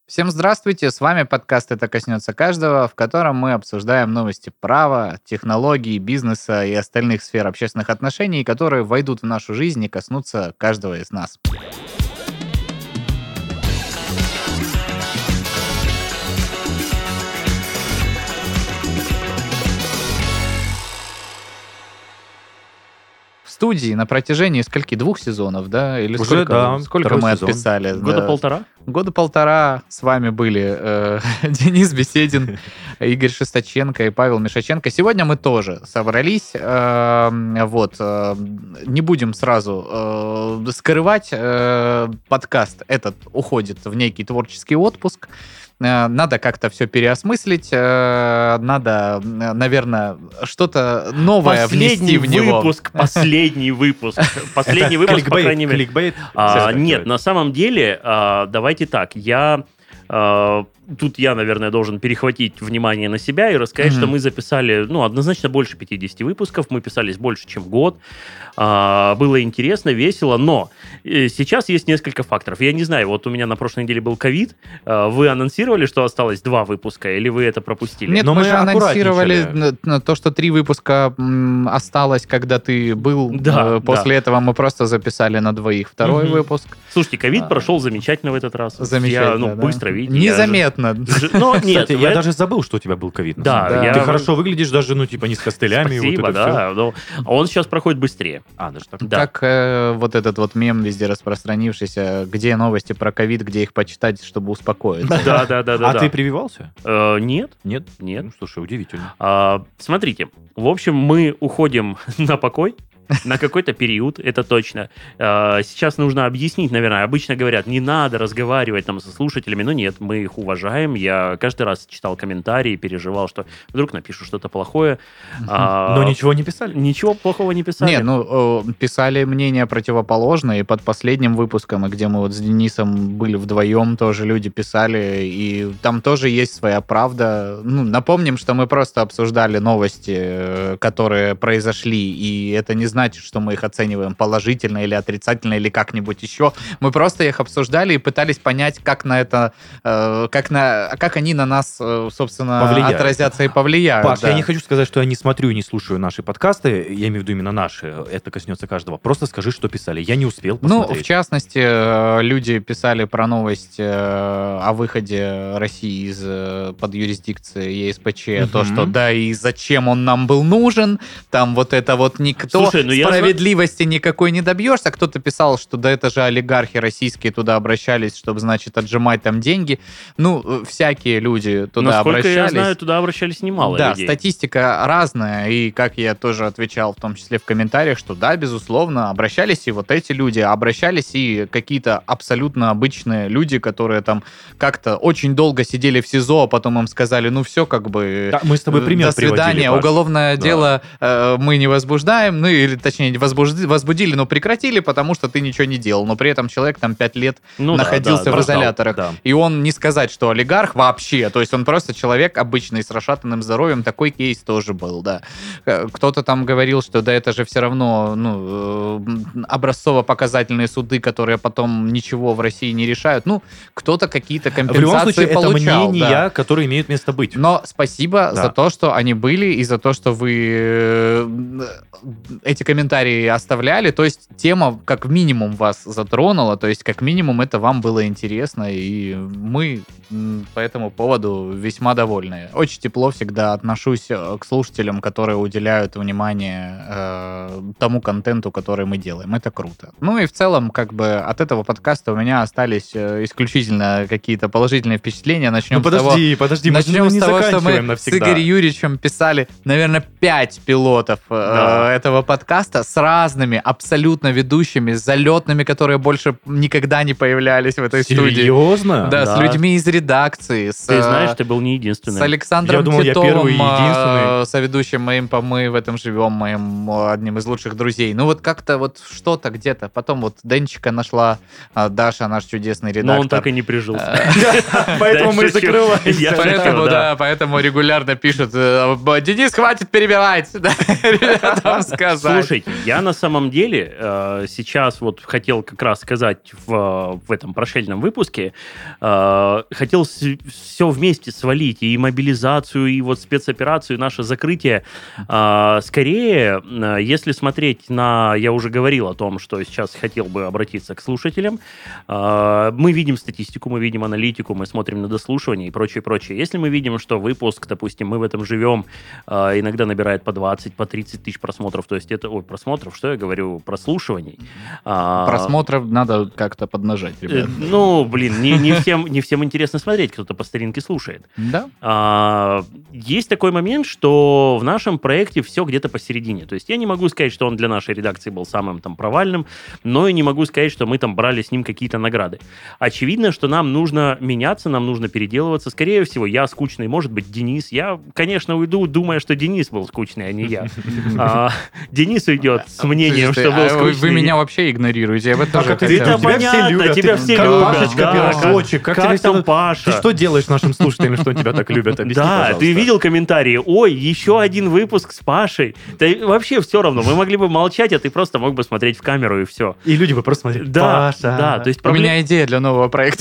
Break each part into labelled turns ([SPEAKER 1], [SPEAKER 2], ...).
[SPEAKER 1] Всем здравствуйте, с вами подкаст «Это коснется каждого», в котором мы обсуждаем новости права, технологий, бизнеса и остальных сфер общественных отношений, которые войдут в нашу жизнь и коснутся каждого из нас. В студии на протяжении двух сезонов, да? Или
[SPEAKER 2] Уже,
[SPEAKER 1] сколько мы
[SPEAKER 2] сезон.
[SPEAKER 1] отписали?
[SPEAKER 3] Года полтора?
[SPEAKER 1] Года полтора с вами были Денис Беседин, Игорь Шестаченко и Павел Мишаченко. Сегодня мы тоже собрались. Не будем сразу скрывать. Подкаст этот уходит в некий творческий отпуск. Надо как-то все переосмыслить. Надо, наверное, что-то новое внести в него.
[SPEAKER 3] Последний выпуск, по крайней мере.
[SPEAKER 2] Кликбейт.
[SPEAKER 3] Нет, на самом деле, давайте так, Тут я, наверное, должен перехватить внимание на себя и рассказать, что мы записали, однозначно больше 50 выпусков, мы писались больше, чем год. Было интересно, весело, но сейчас есть несколько факторов. Я не знаю, вот у меня на прошлой неделе был ковид, вы анонсировали, что осталось 2 выпуска, или вы это пропустили?
[SPEAKER 1] Нет,
[SPEAKER 2] но
[SPEAKER 1] мы же анонсировали то, что 3 выпуска осталось, когда ты был. После этого мы просто записали на 2 второй выпуск.
[SPEAKER 3] Слушайте, ковид прошел замечательно в этот раз.
[SPEAKER 1] Замечательно,
[SPEAKER 3] Я быстро видел.
[SPEAKER 1] Незаметно.
[SPEAKER 2] Кстати, я даже забыл, что у тебя был ковид.
[SPEAKER 3] Да.
[SPEAKER 2] Ты хорошо выглядишь, даже, не с костылями.
[SPEAKER 3] Спасибо, да. Но он сейчас проходит быстрее.
[SPEAKER 2] Даже так?
[SPEAKER 3] Да.
[SPEAKER 1] Как вот этот вот мем везде распространившийся, где новости про ковид, где их почитать, чтобы успокоиться.
[SPEAKER 3] Да.
[SPEAKER 2] А ты прививался?
[SPEAKER 3] Нет.
[SPEAKER 2] Нет?
[SPEAKER 3] Нет.
[SPEAKER 2] Ну, слушай, удивительно.
[SPEAKER 3] Смотрите, в общем, мы уходим на покой. На какой-то период, это точно. Сейчас нужно объяснить, наверное. Обычно говорят, не надо разговаривать там со слушателями, но нет, мы их уважаем. Я каждый раз читал комментарии, переживал, что вдруг напишут что-то плохое.
[SPEAKER 2] Но ничего не писали?
[SPEAKER 3] Ничего плохого не писали.
[SPEAKER 1] Не, писали мнения противоположные, и под последним выпуском, и где мы вот с Денисом были вдвоем, тоже люди писали, и там тоже есть своя правда. Напомним, что мы просто обсуждали новости, которые произошли, и это не значит, что мы их оцениваем положительно или отрицательно, или как-нибудь еще. Мы просто их обсуждали и пытались понять, как на это, как они на нас, собственно, повлияют. Отразятся и повлияют.
[SPEAKER 2] Паш, я не хочу сказать, что я не смотрю и не слушаю наши подкасты, я имею в виду именно наши, это коснется каждого. Просто скажи, что писали. Я не успел посмотреть.
[SPEAKER 1] В частности, люди писали про новость о выходе России из-под юрисдикции ЕСПЧ, то, что да, и зачем он нам был нужен, там вот это вот никто...
[SPEAKER 3] Слушай,
[SPEAKER 1] справедливости никакой не добьешься. Кто-то писал, что да это же олигархи российские туда обращались, чтобы, значит, отжимать там деньги. Всякие люди туда обращались.
[SPEAKER 3] Насколько я знаю, туда обращались немало людей.
[SPEAKER 1] Да, статистика разная, и как я тоже отвечал, в том числе в комментариях, что да, безусловно, обращались и вот эти люди, обращались и какие-то абсолютно обычные люди, которые там как-то очень долго сидели в СИЗО, а потом им сказали, все, как бы...
[SPEAKER 2] Да, мы с тобой пример
[SPEAKER 1] до свидания,
[SPEAKER 2] приводили, Паш.
[SPEAKER 1] уголовное дело мы не возбуждаем, или точнее возбудили, но прекратили, потому что ты ничего не делал. Но при этом человек там 5 лет находился в изоляторах.
[SPEAKER 2] Да.
[SPEAKER 1] И он не сказать, что олигарх вообще. То есть он просто человек обычный, с расшатанным здоровьем. Такой кейс тоже был, да. Кто-то там говорил, что да это же все равно образцово-показательные суды, которые потом ничего в России не решают. Кто-то какие-то компенсации получал.
[SPEAKER 2] В любом случае,
[SPEAKER 1] получал,
[SPEAKER 2] это мнения, которые имеют место быть.
[SPEAKER 1] Но спасибо за то, что они были, и за то, что вы эти комментарии оставляли, то есть тема как минимум вас затронула, то есть как минимум это вам было интересно, и мы по этому поводу весьма довольны. Очень тепло всегда отношусь к слушателям, которые уделяют внимание тому контенту, который мы делаем. Это круто. И в целом, как бы от этого подкаста у меня остались исключительно какие-то положительные впечатления. Начнем с того, что мы с Игорем Юрьевичем писали, наверное, 5 пилотов этого подкаста с разными абсолютно ведущими, залетными, которые больше никогда не появлялись в этой студии.
[SPEAKER 2] Серьезно?
[SPEAKER 1] Да, с людьми из редакции.
[SPEAKER 3] Ты знаешь, ты был не единственный.
[SPEAKER 1] С Александром Титовым,
[SPEAKER 2] я первый и единственный.
[SPEAKER 1] соведущим моим по «Мы в этом живем», моим одним из лучших друзей. Как-то вот что-то где-то. Потом вот Денчика нашла Даша, наш чудесный редактор.
[SPEAKER 3] Но он так и не прижился.
[SPEAKER 2] Поэтому мы закрываемся.
[SPEAKER 1] Поэтому регулярно пишут: Денис, хватит перебирать. Ребятам сказать.
[SPEAKER 3] Слушайте, я на самом деле сейчас вот хотел как раз сказать в этом прошельном выпуске, хотел хотел все вместе свалить, и мобилизацию, и вот спецоперацию, наше закрытие. Скорее, если смотреть на... Я уже говорил о том, что сейчас хотел бы обратиться к слушателям. Мы видим статистику, мы видим аналитику, мы смотрим на дослушивание и прочее, прочее. Если мы видим, что выпуск, допустим, мы в этом живем, иногда набирает по 20, по 30 тысяч просмотров, то есть это... Ой, просмотров, что я говорю? Прослушиваний.
[SPEAKER 1] Просмотров надо как-то поднажать, ребят.
[SPEAKER 3] Ну, блин, не всем интересно смотреть, кто-то по старинке слушает.
[SPEAKER 1] Да.
[SPEAKER 3] Есть такой момент, что в нашем проекте все где-то посередине. То есть я не могу сказать, что он для нашей редакции был самым там провальным, но и не могу сказать, что мы там брали с ним какие-то награды. Очевидно, что нам нужно меняться, нам нужно переделываться. Скорее всего, я скучный, может быть, Денис. Я, конечно, уйду, думая, что Денис был скучный, а не я. Денис уйдет с мнением, что был скучный.
[SPEAKER 1] Вы меня вообще игнорируете. Я бы тоже хотел.
[SPEAKER 3] Это понятно, тебя все любят.
[SPEAKER 2] Пашечка, пирожочек.
[SPEAKER 3] Как там Паша?
[SPEAKER 2] Ты что делаешь нашим слушателям, что тебя так любят? Объясни,
[SPEAKER 3] Да,
[SPEAKER 2] пожалуйста.
[SPEAKER 3] ты видел комментарии? Ой, еще один выпуск с Пашей. Да вообще все равно. Мы могли бы молчать, а ты просто мог бы смотреть в камеру и все.
[SPEAKER 2] И люди бы просто смотрели.
[SPEAKER 3] Да,
[SPEAKER 2] Паша.
[SPEAKER 3] да. То есть
[SPEAKER 1] У меня идея для нового проекта.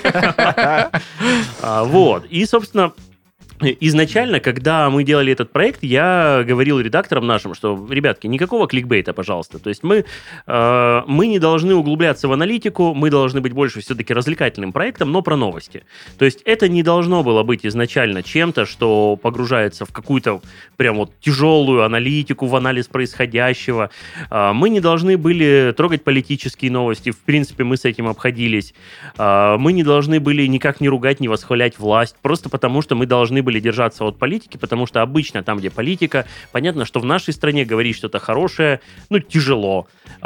[SPEAKER 3] Вот. И, собственно, изначально, когда мы делали этот проект, я говорил редакторам нашим, что, ребятки, никакого кликбейта, пожалуйста. То есть мы не должны углубляться в аналитику, мы должны быть больше все-таки развлекательным проектом, но про новости. То есть это не должно было быть изначально чем-то, что погружается в какую-то прям вот тяжелую аналитику, в анализ происходящего. Мы не должны были трогать политические новости, в принципе, мы с этим обходились. Мы не должны были никак не ругать, не восхвалять власть, просто потому что мы должны были держаться от политики, потому что обычно там, где политика, понятно, что в нашей стране говорить что-то хорошее, ну, тяжело.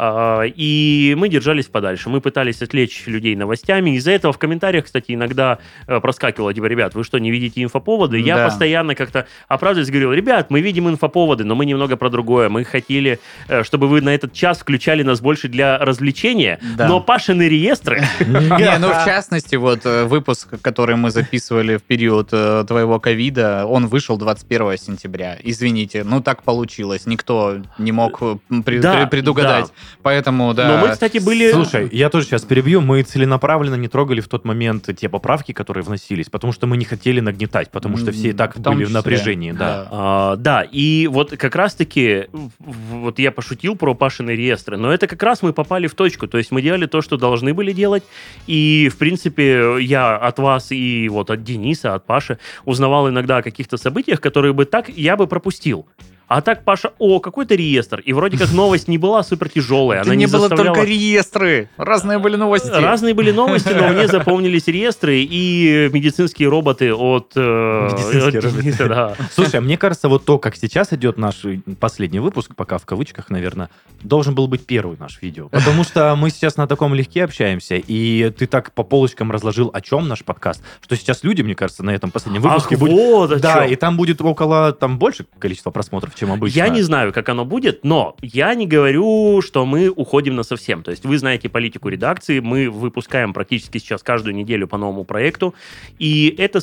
[SPEAKER 3] И мы держались подальше. Мы пытались отвлечь людей новостями. Из-за этого в комментариях, кстати, иногда проскакивало, типа, ребят, вы что, не видите инфоповоды?
[SPEAKER 1] Да.
[SPEAKER 3] Я постоянно как-то оправдываясь говорил, ребят, мы видим инфоповоды, но мы немного про другое. Мы хотели, чтобы вы на этот час включали нас больше для развлечения,
[SPEAKER 1] Да.
[SPEAKER 3] но Пашины реестры...
[SPEAKER 1] Не, ну в частности, вот выпуск, который мы записывали в период твоего ковида, он вышел 21 сентября. Извините, ну так получилось. Никто не мог предугадать.
[SPEAKER 3] Да.
[SPEAKER 1] Поэтому, да.
[SPEAKER 3] Но мы, кстати, были...
[SPEAKER 2] Слушай, я тоже сейчас перебью. Мы целенаправленно не трогали в тот момент те поправки, которые вносились, потому что мы не хотели нагнетать, потому что все и так
[SPEAKER 1] В том
[SPEAKER 2] были в
[SPEAKER 1] числе.
[SPEAKER 2] напряжении. Да.
[SPEAKER 3] Да, и вот как раз-таки, вот я пошутил про Пашины реестры, но это как раз мы попали в точку, то есть мы делали то, что должны были делать, и, в принципе, я от вас и вот от Дениса, от Паши узнавал иногда о каких-то событиях, которые бы так я бы пропустил. А так, Паша, какой-то реестр. И вроде как новость не была супер тяжелая. Она не
[SPEAKER 1] было
[SPEAKER 3] заставляла...
[SPEAKER 1] только реестры. Разные были новости.
[SPEAKER 3] Разные были новости, но мне запомнились реестры и медицинские роботы от
[SPEAKER 2] Медицинские роботы.
[SPEAKER 3] Дениса, да.
[SPEAKER 2] Слушай, а мне кажется, вот то, как сейчас идет наш последний выпуск, пока в кавычках, наверное, должен был быть первый наш видео. Потому что мы сейчас на таком легке общаемся, и ты так по полочкам разложил, о чем наш подкаст, что сейчас люди, мне кажется, на этом последнем выпуске будет...
[SPEAKER 3] вот о
[SPEAKER 2] Да,
[SPEAKER 3] чем.
[SPEAKER 2] и там будет там больше количества просмотров, чем обычно.
[SPEAKER 3] Я не знаю, как оно будет, но я не говорю, что мы уходим насовсем. То есть вы знаете политику редакции, мы выпускаем практически сейчас каждую неделю по новому проекту, и это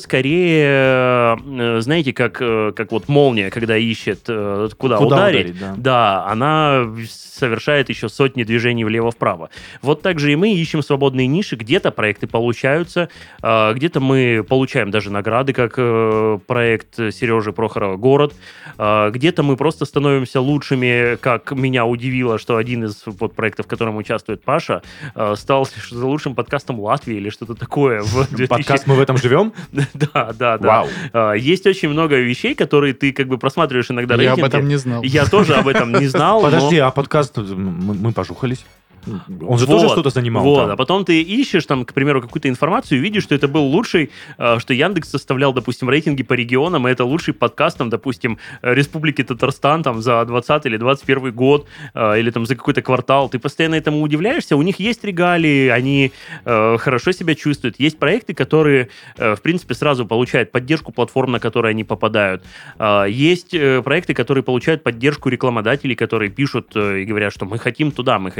[SPEAKER 3] скорее, знаете, как вот молния, когда ищет, куда ударить. Да, она совершает еще сотни движений влево-вправо. Вот так же и мы ищем свободные ниши, где-то проекты получаются, где-то мы получаем даже награды, как проект Сережи Прохорова «Город», где-то мы просто становимся лучшими, как меня удивило, что один из вот проектов, в котором участвует Паша, стал лучшим подкастом Латвии или что-то такое.
[SPEAKER 2] Подкаст «Мы в этом живем»?
[SPEAKER 3] Да.
[SPEAKER 2] Вау.
[SPEAKER 3] Есть очень много вещей, которые ты как бы просматриваешь иногда
[SPEAKER 1] Я
[SPEAKER 3] рейтинги.
[SPEAKER 1] об этом не знал.
[SPEAKER 3] Я тоже об этом не знал.
[SPEAKER 2] Подожди, а подкаст мы пожухались? Он же тоже что-то занимал
[SPEAKER 3] Вот,
[SPEAKER 2] там.
[SPEAKER 3] а потом ты ищешь там, к примеру, какую-то информацию и видишь, что это был лучший, что Яндекс составлял, допустим, рейтинги по регионам, и это лучший подкаст, там, допустим, Республики Татарстан там за 20 или 21 год, или там за какой-то квартал. Ты постоянно этому удивляешься, у них есть регалии, они хорошо себя чувствуют. Есть проекты, которые, в принципе, сразу получают поддержку платформ, на которые они попадают. Есть проекты, которые получают поддержку рекламодателей, которые пишут и говорят, что мы хотим туда, мы хотим с интеграцией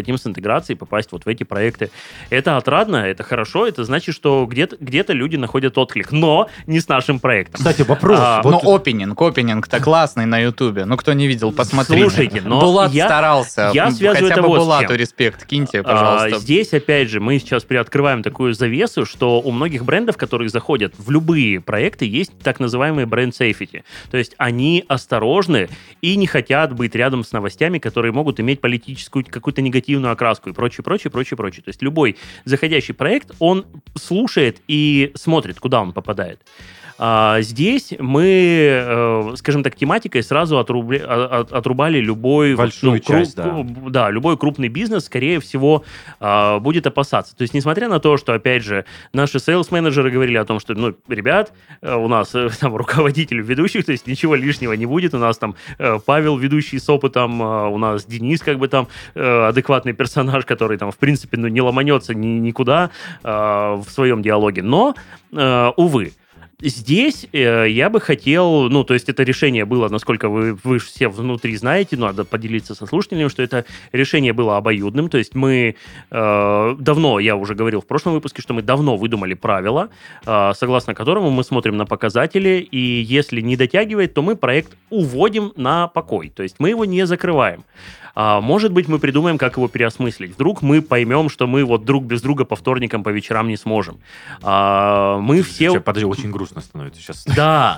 [SPEAKER 3] интеграции попасть вот в эти проекты. Это отрадно, это хорошо, это значит, что где-то люди находят отклик, но не с нашим проектом.
[SPEAKER 2] Кстати, вопрос.
[SPEAKER 1] Ну, опенинг-то классный на Ютубе. Ну, кто не видел, посмотрите.
[SPEAKER 3] Слушайте, но
[SPEAKER 1] Булат старался.
[SPEAKER 3] Я связываю
[SPEAKER 1] Хотя
[SPEAKER 3] это
[SPEAKER 1] бы
[SPEAKER 3] вот с
[SPEAKER 1] Булату
[SPEAKER 3] чем.
[SPEAKER 1] респект киньте, пожалуйста.
[SPEAKER 3] Здесь, опять же, мы сейчас приоткрываем такую завесу, что у многих брендов, которые заходят в любые проекты, есть так называемый бренд safety. То есть они осторожны и не хотят быть рядом с новостями, которые могут иметь политическую какую-то негативную окраску и прочее. То есть любой заходящий проект, он слушает и смотрит, куда он попадает. Здесь мы, скажем так, тематикой сразу отрубали любой...
[SPEAKER 2] Большую часть,
[SPEAKER 3] да, любой крупный бизнес, скорее всего, будет опасаться. То есть, несмотря на то, что, опять же, наши сейлс-менеджеры говорили о том, что, ну, ребят, у нас там руководитель ведущих, то есть ничего лишнего не будет, у нас там Павел, ведущий с опытом, у нас Денис, как бы там, адекватный персонаж, который там, в принципе, ну, не ломанется никуда в своем диалоге. Но, увы, здесь я бы хотел, ну, то есть это решение было, насколько вы все внутри знаете, надо поделиться со слушателями, что это решение было обоюдным, то есть мы давно, я уже говорил в прошлом выпуске, что мы давно выдумали правила, согласно которому мы смотрим на показатели, и если не дотягивает, то мы проект уводим на покой, то есть мы его не закрываем. Может быть, мы придумаем, как его переосмыслить. Вдруг мы поймем, что мы вот друг без друга по вторникам, по вечерам не сможем. Мы все...
[SPEAKER 2] Подожди, очень грустно становится сейчас.
[SPEAKER 3] Да.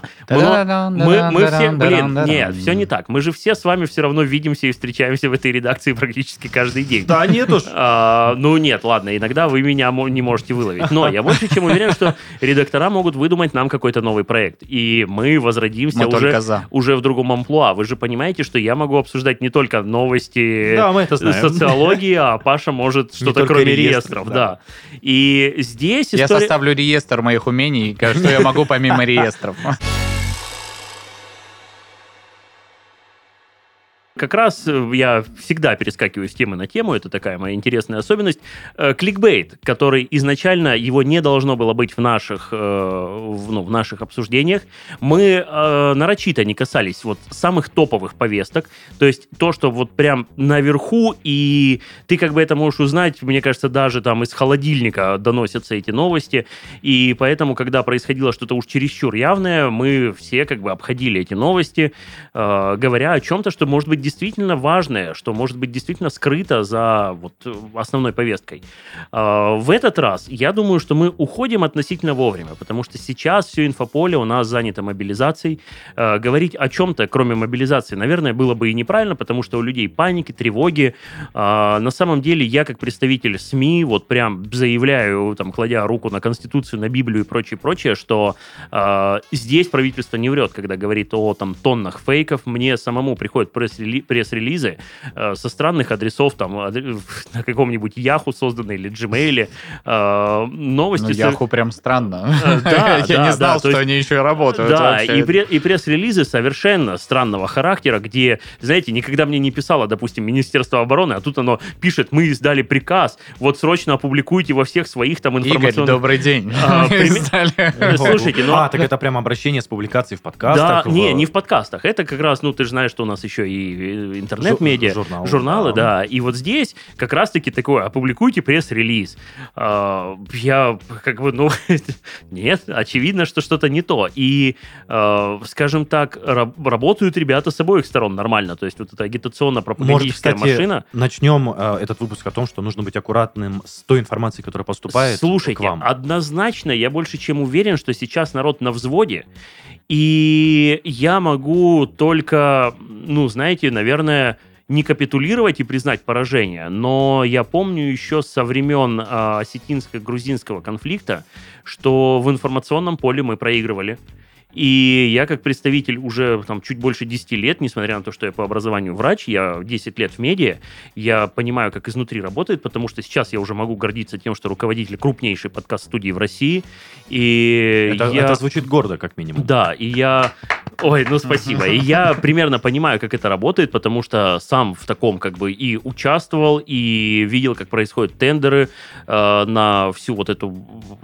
[SPEAKER 3] Мы все... Блин, нет, все не так. Мы же все с вами все равно видимся и встречаемся в этой редакции практически каждый день.
[SPEAKER 2] Да нет уж.
[SPEAKER 3] Ну нет, ладно, иногда вы меня не можете выловить. Но я больше чем уверен, что редактора могут выдумать нам какой-то новый проект. И мы возродимся уже в другом амплуа. Вы же понимаете, что я могу обсуждать не только новости социологии, а Паша может что-то кроме реестров. Да. И здесь
[SPEAKER 1] я составлю реестр моих умений, что я могу помимо реестров.
[SPEAKER 3] Как раз я всегда перескакиваю с темы на тему, это такая моя интересная особенность. Кликбейт, который изначально, его не должно было быть в наших обсуждениях. Мы нарочито не касались вот самых топовых повесток, то есть то, что вот прям наверху, и ты как бы это можешь узнать, мне кажется, даже там из холодильника доносятся эти новости, и поэтому, когда происходило что-то уж чересчур явное, мы все как бы обходили эти новости, говоря о чем-то, что может быть действительно важное, что может быть действительно скрыто за вот основной повесткой. В этот раз я думаю, что мы уходим относительно вовремя, потому что сейчас все инфополе у нас занято мобилизацией. Говорить о чем-то, кроме мобилизации, наверное, было бы и неправильно, потому что у людей паники, тревоги. На самом деле я, как представитель СМИ, вот прям заявляю, там, кладя руку на Конституцию, на Библию и прочее, что здесь правительство не врет, когда говорит о там тоннах фейков. Мне самому приходят пресс-релизы со странных адресов, там, на каком-нибудь Yahoo созданной или Gmail. Новости...
[SPEAKER 1] Ну, Yahoo прям странно.
[SPEAKER 3] Да,
[SPEAKER 1] я не знал, что они еще и работают.
[SPEAKER 3] Да, и пресс-релизы совершенно странного характера, где, знаете, никогда мне не писало, допустим, Министерство обороны, а тут оно пишет: мы издали приказ, вот срочно опубликуйте во всех своих там информационных...
[SPEAKER 1] Игорь, добрый день.
[SPEAKER 3] Слушайте, ну...
[SPEAKER 2] так это прям обращение с публикацией в подкастах?
[SPEAKER 3] Да, не в подкастах. Это как раз, ну, ты же знаешь, что у нас еще и интернет-медиа, журналы, да. И вот здесь как раз-таки такое: опубликуйте пресс-релиз. Я как бы, ну, нет, очевидно, что что-то не то. И, скажем так, работают ребята с обоих сторон нормально. То есть вот эта агитационно-пропагандическая машина.
[SPEAKER 2] Начнем этот выпуск о том, что нужно быть аккуратным с той информацией, которая поступает к вам.
[SPEAKER 3] Слушайте, однозначно, я больше чем уверен, что сейчас народ на взводе. И я могу только, ну, знаете, наверное, не капитулировать и признать поражение, но я помню еще со времен осетинско-грузинского конфликта, что в информационном поле мы проигрывали. И я, как представитель уже там чуть больше 10 лет, несмотря на то, что я по образованию врач, я 10 лет в медиа, я понимаю, как изнутри работает, потому что сейчас я уже могу гордиться тем, что руководитель крупнейшей подкаст-студии в России. И
[SPEAKER 2] это звучит гордо, как минимум.
[SPEAKER 3] Да, и я... Ой, ну спасибо. И я примерно понимаю, как это работает, потому что сам в таком как бы и участвовал, и видел, как происходят тендеры на всю вот эту...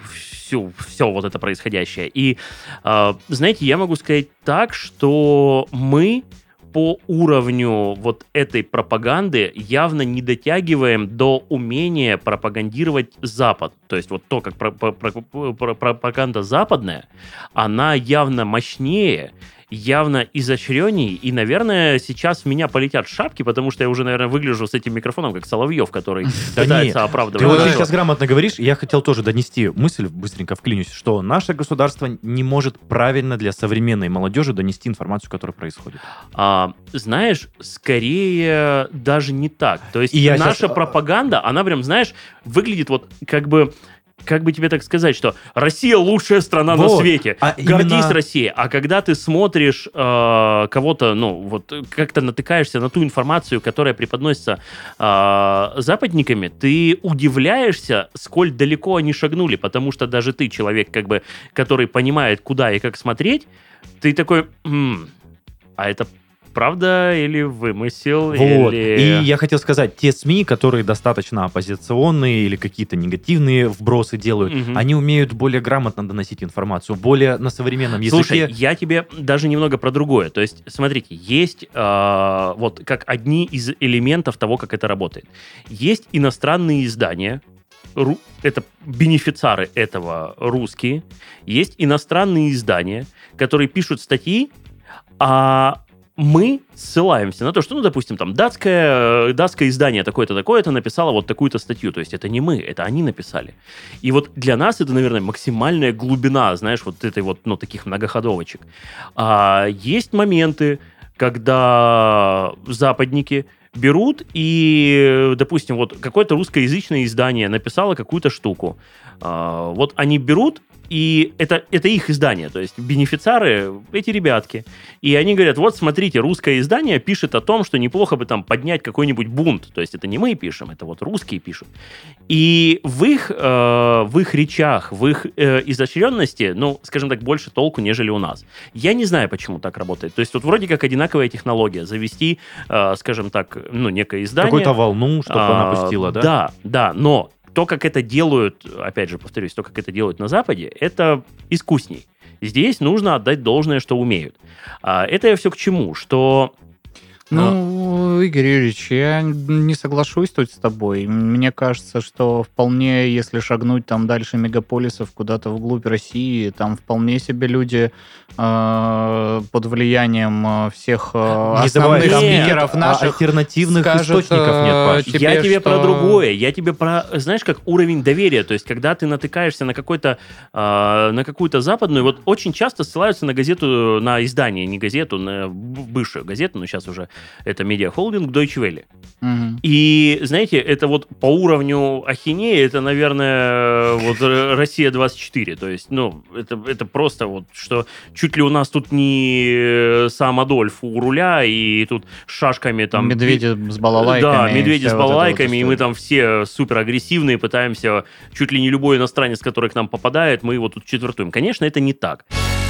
[SPEAKER 3] все вот это происходящее. И, знаете, я могу сказать так, что мы по уровню вот этой пропаганды явно не дотягиваем до умения пропагандировать Запад. То есть вот то, как пропаганда западная, она явно мощнее, явно изощренней, и, наверное, сейчас в меня полетят шапки, потому что я уже, наверное, выгляжу с этим микрофоном как Соловьев, который пытается оправдывать.
[SPEAKER 2] Ты очень сейчас грамотно говоришь, я хотел тоже донести мысль, быстренько вклинюсь, что наше государство не может правильно для современной молодежи донести информацию, которая происходит.
[SPEAKER 3] Знаешь, скорее даже не так. То есть наша пропаганда, она прям, знаешь, выглядит вот как бы тебе так сказать, что Россия лучшая страна на свете, гордись Россией. А когда ты смотришь кого-то, как-то натыкаешься на ту информацию, которая преподносится западниками, ты удивляешься, сколь далеко они шагнули, потому что даже ты, человек, который понимает, куда и как смотреть, ты такой, а это правда или вымысел?
[SPEAKER 2] Вот. И я хотел сказать, те СМИ, которые достаточно оппозиционные или какие-то негативные вбросы делают, они умеют более грамотно доносить информацию, более на современном языке.
[SPEAKER 3] Слушай, я тебе даже немного про другое. То есть, смотрите, есть вот как одни из элементов того, как это работает. Есть иностранные издания, это бенефициары этого русские. Есть иностранные издания, которые пишут статьи, мы ссылаемся на то, что, допустим, там датское издание такое-то написало вот такую-то статью. То есть это не мы, это они написали. И вот для нас это, наверное, максимальная глубина, знаешь, вот этой вот, таких многоходовочек. Есть моменты, когда западники берут и, допустим, вот какое-то русскоязычное издание написало какую-то штуку. Вот они берут, и это их издание, то есть бенефициары, эти ребятки. И они говорят, вот смотрите, русское издание пишет о том, что неплохо бы там поднять какой-нибудь бунт. То есть это не мы пишем, это вот русские пишут. И в их речах, в их изощренности, скажем так, больше толку, нежели у нас. Я не знаю, почему так работает. То есть вот вроде как одинаковая технология. Завести, скажем так, некое издание.
[SPEAKER 2] Какую-то волну, чтобы она пустила, да?
[SPEAKER 3] Да, но то, как это делают, опять же, повторюсь, то, как это делают на Западе, это искусней. Здесь нужно отдать должное, что умеют. Это я все к чему? Что...
[SPEAKER 1] Игорь Юрьевич, я не соглашусь тут с тобой. Мне кажется, что вполне, если шагнуть там дальше мегаполисов, куда-то вглубь России, там вполне себе люди под влиянием всех основных спикеров наших
[SPEAKER 2] альтернативных источников нет, Паш.
[SPEAKER 3] Я тебе про другое. Я тебе про, знаешь, как уровень доверия. То есть, когда ты натыкаешься на какую-то западную, вот очень часто ссылаются на газету, на издание, не газету, на бывшую газету, но сейчас уже это медиахолдинг Deutsche Welle.
[SPEAKER 1] Угу.
[SPEAKER 3] И, знаете, это вот по уровню ахинеи, это, наверное, вот Россия-24. То есть, это просто вот, что чуть ли у нас тут не сам Адольф у руля, и тут с шашками там...
[SPEAKER 1] Медведи с балалайками.
[SPEAKER 3] Да, медведи с балалайками, и мы там все супер агрессивные, пытаемся, чуть ли не любой иностранец, который к нам попадает, мы его тут четвертуем. Конечно, это не так.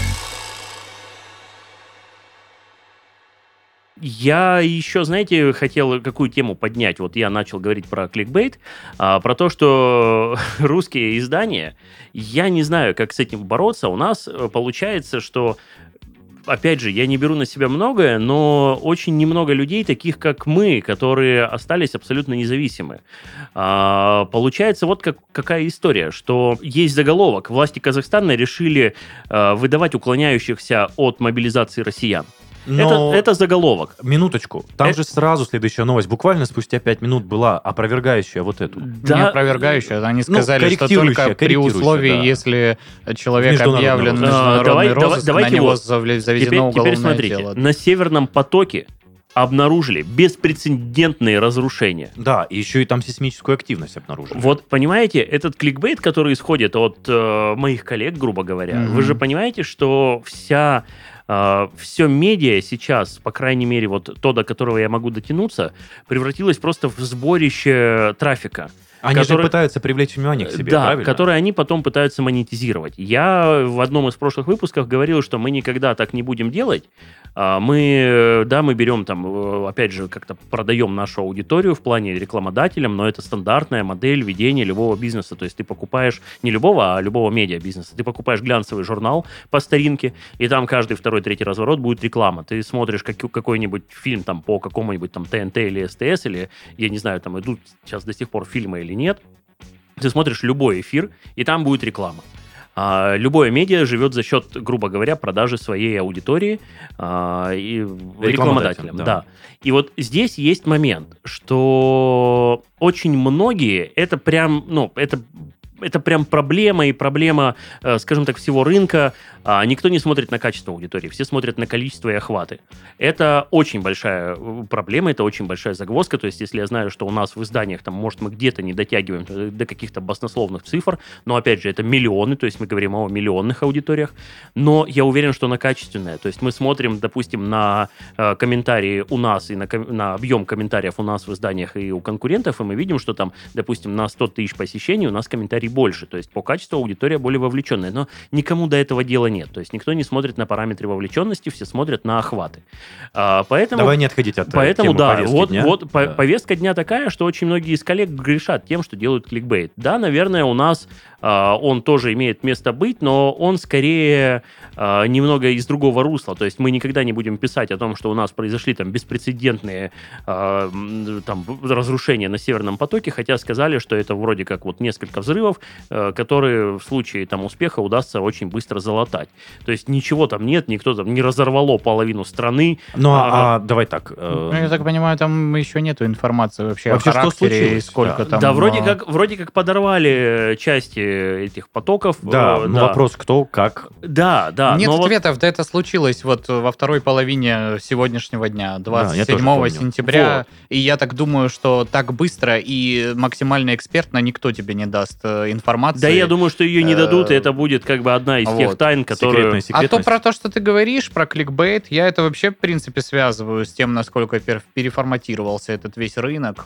[SPEAKER 3] Я еще, знаете, хотел какую тему поднять. Вот я начал говорить про кликбейт, про то, что русские издания, я не знаю, как с этим бороться. У нас получается, что, опять же, я не беру на себя многое, но очень немного людей, таких как мы, которые остались абсолютно независимы. Получается вот какая история, что есть заголовок. Власти Казахстана решили выдавать уклоняющихся от мобилизации россиян.
[SPEAKER 2] Но...
[SPEAKER 3] Это заголовок.
[SPEAKER 2] Минуточку. Там же сразу следующая новость. Буквально спустя 5 минут была опровергающая вот эту.
[SPEAKER 1] Да. Не опровергающая. Они сказали, что только при условии, да. Если человек объявлен в международный розыск, на него заведено уголовное дело.
[SPEAKER 3] На Северном потоке обнаружили беспрецедентные разрушения.
[SPEAKER 2] Да, и еще и там сейсмическую активность обнаружили.
[SPEAKER 3] Вот, понимаете, этот кликбейт, который исходит от моих коллег, грубо говоря, вы же понимаете, что все медиа сейчас, по крайней мере, вот то, до которого я могу дотянуться, превратилось просто в сборище трафика.
[SPEAKER 2] Они же пытаются привлечь внимание к себе,
[SPEAKER 3] да,
[SPEAKER 2] правильно?
[SPEAKER 3] Которые они потом пытаются монетизировать. Я в одном из прошлых выпусков говорил, что мы никогда так не будем делать, Мы берем там, опять же, как-то продаем нашу аудиторию в плане рекламодателям, но это стандартная модель ведения любого бизнеса. То есть ты покупаешь не любого, а любого медиабизнеса. Ты покупаешь глянцевый журнал по старинке, и там каждый второй, третий разворот будет реклама. Ты смотришь какой-нибудь фильм там по какому-нибудь там ТНТ или СТС, или, я не знаю, там идут сейчас до сих пор фильмы или нет. Ты смотришь любой эфир, и там будет реклама. Любое медиа живет за счет, грубо говоря, продажи своей аудитории и рекламодателям. Да. И вот здесь есть момент, что очень многие, это прям проблема и проблема, скажем так, всего рынка. Никто не смотрит на качество аудитории, все смотрят на количество и охваты. Это очень большая проблема, это очень большая загвоздка. То есть, если я знаю, что у нас в изданиях, там, может, мы где-то не дотягиваем до каких-то баснословных цифр, но, опять же, это миллионы, то есть мы говорим о миллионных аудиториях, но я уверен, что она качественная. То есть мы смотрим, допустим, на комментарии у нас и на объем комментариев у нас в изданиях и у конкурентов, и мы видим, что там, допустим, на 100 тысяч посещений у нас комментарий больше, то есть по качеству аудитория более вовлеченная, но никому до этого дела нет, то есть никто не смотрит на параметры вовлеченности, все смотрят на охваты. Поэтому,
[SPEAKER 2] давай не отходить от
[SPEAKER 3] темы
[SPEAKER 2] повестки дня.
[SPEAKER 3] Повестка дня такая, что очень многие из коллег грешат тем, что делают кликбейт. Да, наверное, у нас он тоже имеет место быть, но он скорее немного из другого русла, то есть мы никогда не будем писать о том, что у нас произошли там беспрецедентные там разрушения на Северном потоке, хотя сказали, что это вроде как вот несколько взрывов, которые в случае там успеха удастся очень быстро залатать. То есть ничего там нет, никто там не разорвало половину страны.
[SPEAKER 2] Ну, давай так.
[SPEAKER 1] Я так понимаю, там еще нету информации вообще о
[SPEAKER 2] что
[SPEAKER 1] характере и
[SPEAKER 2] случилось?
[SPEAKER 1] сколько там...
[SPEAKER 3] Да, вроде как подорвали части этих потоков.
[SPEAKER 2] Да, но вопрос кто, как.
[SPEAKER 3] Да.
[SPEAKER 1] Нет ответов, да, это случилось вот во второй половине сегодняшнего дня, 27 сентября. И я так думаю, что так быстро и максимально экспертно никто тебе не даст информации.
[SPEAKER 3] Да, я думаю, что ее не дадут, и это будет как бы одна из тех тайн, которые...
[SPEAKER 1] А то про то, что ты говоришь, про кликбейт, я это вообще, в принципе, связываю с тем, насколько переформатировался этот весь рынок,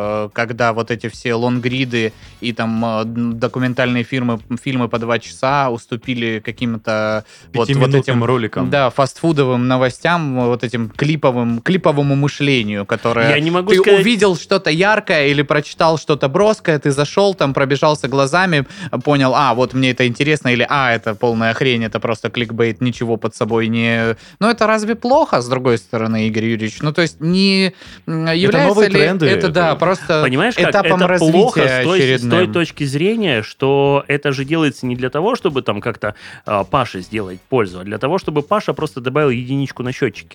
[SPEAKER 1] когда вот эти все лонгриды и там документальные фильмы по 2 часа уступили каким-то вот этим
[SPEAKER 2] роликам.
[SPEAKER 1] Да, фастфудовым новостям, вот этим клиповому мышлению, которое...
[SPEAKER 3] Я не могу
[SPEAKER 1] ты
[SPEAKER 3] сказать...
[SPEAKER 1] увидел что-то яркое или прочитал что-то броское, ты зашел, там пробежался глазами, понял, вот мне это интересно, или это полная хрень, это просто кликбейт, ничего под собой не... Но это разве плохо, с другой стороны, Игорь Юрьевич? Ну, то есть не является ли тренды, это просто
[SPEAKER 3] понимаешь,
[SPEAKER 1] этапом
[SPEAKER 3] это
[SPEAKER 1] развития
[SPEAKER 3] плохо
[SPEAKER 1] очередным?
[SPEAKER 3] С той точки зрения, что это же делается не для того, чтобы там как-то Паше сделать пользу, а для того, чтобы Паша просто добавил единичку на счетчике.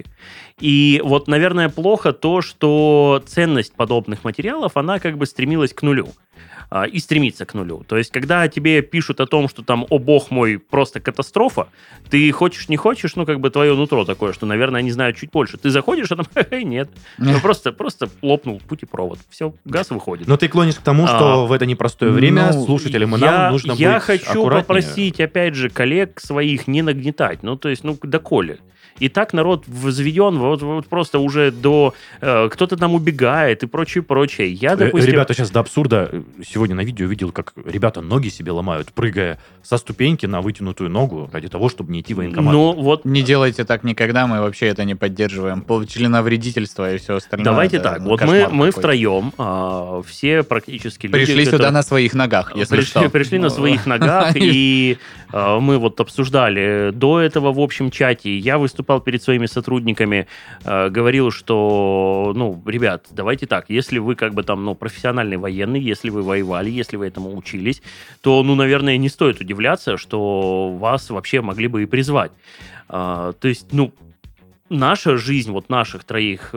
[SPEAKER 3] И вот, наверное, плохо то, что ценность подобных материалов, она как бы стремилась к нулю. И стремится к нулю. То есть, когда тебе пишут о том, что там, о бог мой, просто катастрофа, ты хочешь, не хочешь, как бы твое нутро такое, что, наверное, они знают чуть больше. Ты заходишь, а там, нет. Просто лопнул путепровод. Все, газ выходит.
[SPEAKER 2] Но ты клонишь к тому, что в это непростое время слушателям и нам нужно быть
[SPEAKER 3] Я хочу
[SPEAKER 2] аккуратнее.
[SPEAKER 3] попросить, опять же, коллег своих не нагнетать. Доколе. И так народ взведен вот просто уже до... кто-то там убегает и прочее. Я, допустим...
[SPEAKER 2] Ребята, сейчас до абсурда. Сегодня на видео видел, как ребята ноги себе ломают, прыгая со ступеньки на вытянутую ногу ради того, чтобы не идти в военкомат.
[SPEAKER 1] Не делайте так никогда, мы вообще это не поддерживаем. Членовредительство и все остальное.
[SPEAKER 3] Давайте так. Вот мы втроем, все практически люди...
[SPEAKER 1] Пришли сюда на своих ногах, если что.
[SPEAKER 3] Пришли на своих ногах, и мы вот обсуждали до этого в общем чате. Я выступал перед своими сотрудниками, говорил, что, ребят, давайте так, если вы как бы там, профессиональный военный, если вы воевали, если вы этому учились, то, наверное, не стоит удивляться, что вас вообще могли бы и призвать. То есть, наша жизнь, вот нас троих,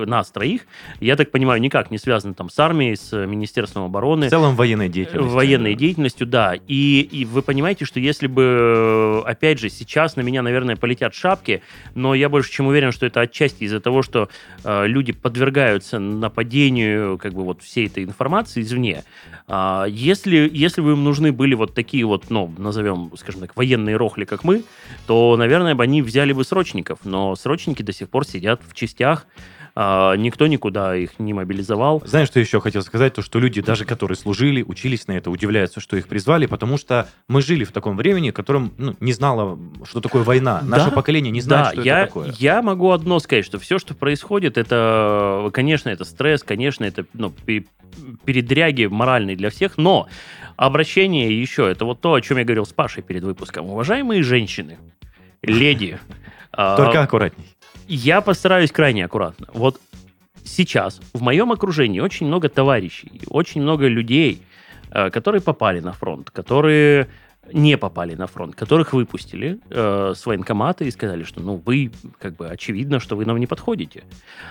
[SPEAKER 3] я так понимаю, никак не связана там с армией, с Министерством обороны.
[SPEAKER 2] В целом военной деятельностью.
[SPEAKER 3] Военной деятельностью, да. И вы понимаете, что если бы, опять же, сейчас на меня, наверное, полетят шапки, но я больше чем уверен, что это отчасти из-за того, что люди подвергаются нападению как бы вот всей этой информации извне. Если бы им нужны были вот такие вот, назовем, скажем так, военные рохли, как мы, то, наверное, бы они взяли бы срочников. Но срочники до сих пор сидят в частях, Никто никуда их не мобилизовал.
[SPEAKER 2] Знаешь, что еще хотел сказать? То, что люди, даже которые служили, учились на это, удивляются, что их призвали, потому что мы жили в таком времени, в котором не знало, что такое война. Наше поколение не знает, что это такое.
[SPEAKER 3] Я могу одно сказать, что все, что происходит, это, конечно, это стресс, конечно, это передряги моральные для всех, но обращение еще, это вот то, о чем я говорил с Пашей перед выпуском. Уважаемые женщины, леди.
[SPEAKER 2] Только аккуратней.
[SPEAKER 3] Я постараюсь крайне аккуратно. Вот сейчас в моем окружении очень много товарищей, очень много людей, которые попали на фронт, которые не попали на фронт, которых выпустили с военкомата и сказали, что вы, очевидно, что вы нам не подходите.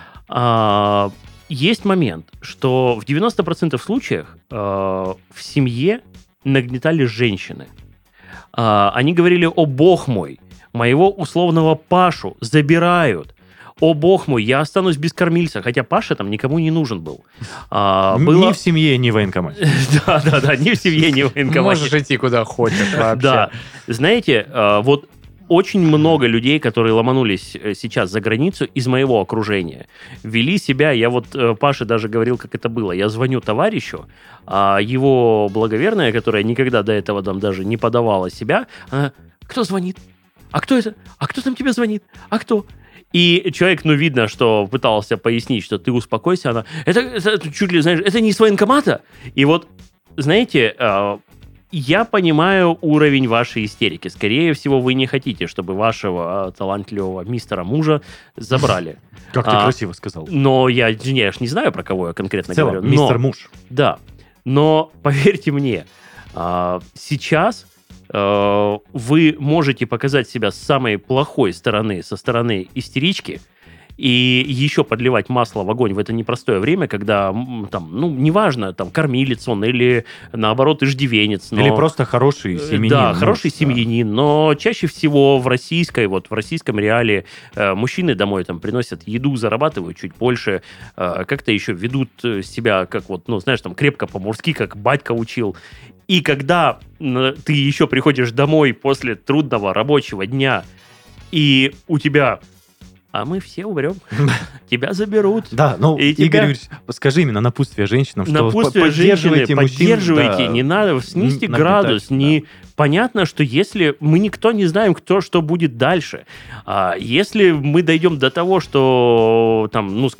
[SPEAKER 3] Есть момент, что в 90% случаев в семье нагнетали женщины. Они говорили: «О, бог мой, моего условного Пашу забирают. О, бог мой, я останусь без кормильца». Хотя Паша там никому не нужен был.
[SPEAKER 2] Ни в семье, ни в военкомате.
[SPEAKER 3] Да, ни в семье, ни в военкомате.
[SPEAKER 1] Можешь идти куда хочешь вообще.
[SPEAKER 3] Да. Знаете, вот очень много людей, которые ломанулись сейчас за границу из моего окружения, вели себя, я вот Паше даже говорил, как это было. Я звоню товарищу, а его благоверная, которая никогда до этого там даже не подавала себя, она: «Кто звонит? А кто это? А кто там тебе звонит? А кто?» И человек, видно, что пытался пояснить, что ты успокойся. Она: это чуть ли, знаешь, это не из военкомата. И вот, знаете, я понимаю уровень вашей истерики. Скорее всего, вы не хотите, чтобы вашего талантливого мистера мужа забрали.
[SPEAKER 2] Как ты красиво сказал.
[SPEAKER 3] Но я ж не знаю, про кого я конкретно говорю.
[SPEAKER 2] Мистер муж.
[SPEAKER 3] Да. Но поверьте мне, сейчас вы можете показать себя с самой плохой стороны, со стороны истерички, и еще подливать масло в огонь в это непростое время, когда, неважно, кормилец он или, наоборот, иждивенец.
[SPEAKER 2] Или просто хороший семьянин.
[SPEAKER 3] Да, хороший семьянин, но чаще всего в российском реале мужчины домой приносят еду, зарабатывают чуть больше, как-то еще ведут себя, как крепко по-мужски, как батька учил. И когда ты еще приходишь домой после трудного рабочего дня, и у тебя: «А мы все умрем, тебя заберут».
[SPEAKER 2] Да, Игорь Юрьевич, скажи именно напутствие женщинам, что
[SPEAKER 3] поддерживайте мужчин. Поддерживайте, не надо, снизьте градус. Понятно, что если мы никто не знаем, что будет дальше, если мы дойдем до того, что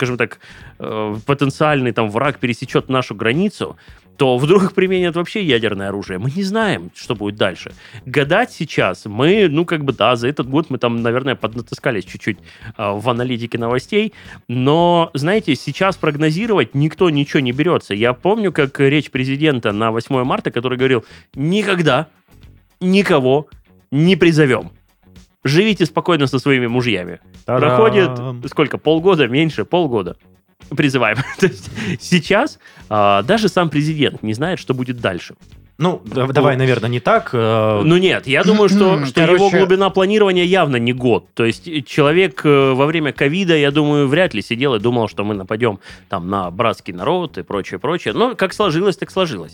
[SPEAKER 3] потенциальный враг пересечет нашу границу, то вдруг применят вообще ядерное оружие. Мы не знаем, что будет дальше. Гадать сейчас мы, за этот год мы наверное, поднатаскались чуть-чуть в аналитике новостей, но, знаете, сейчас прогнозировать никто ничего не берется. Я помню, как речь президента на 8 марта, который говорил: «Никогда никого не призовем. Живите спокойно со своими мужьями».
[SPEAKER 2] Та-дам!
[SPEAKER 3] Проходит сколько? Полгода? Меньше? Полгода. Призываем. То есть сейчас даже сам президент не знает, что будет дальше.
[SPEAKER 2] Давай, наверное, не так.
[SPEAKER 3] Нет, я думаю, что его глубина планирования явно не год. То есть человек во время ковида, я думаю, вряд ли сидел и думал, что мы нападем на братский народ и прочее. Но как сложилось, так сложилось.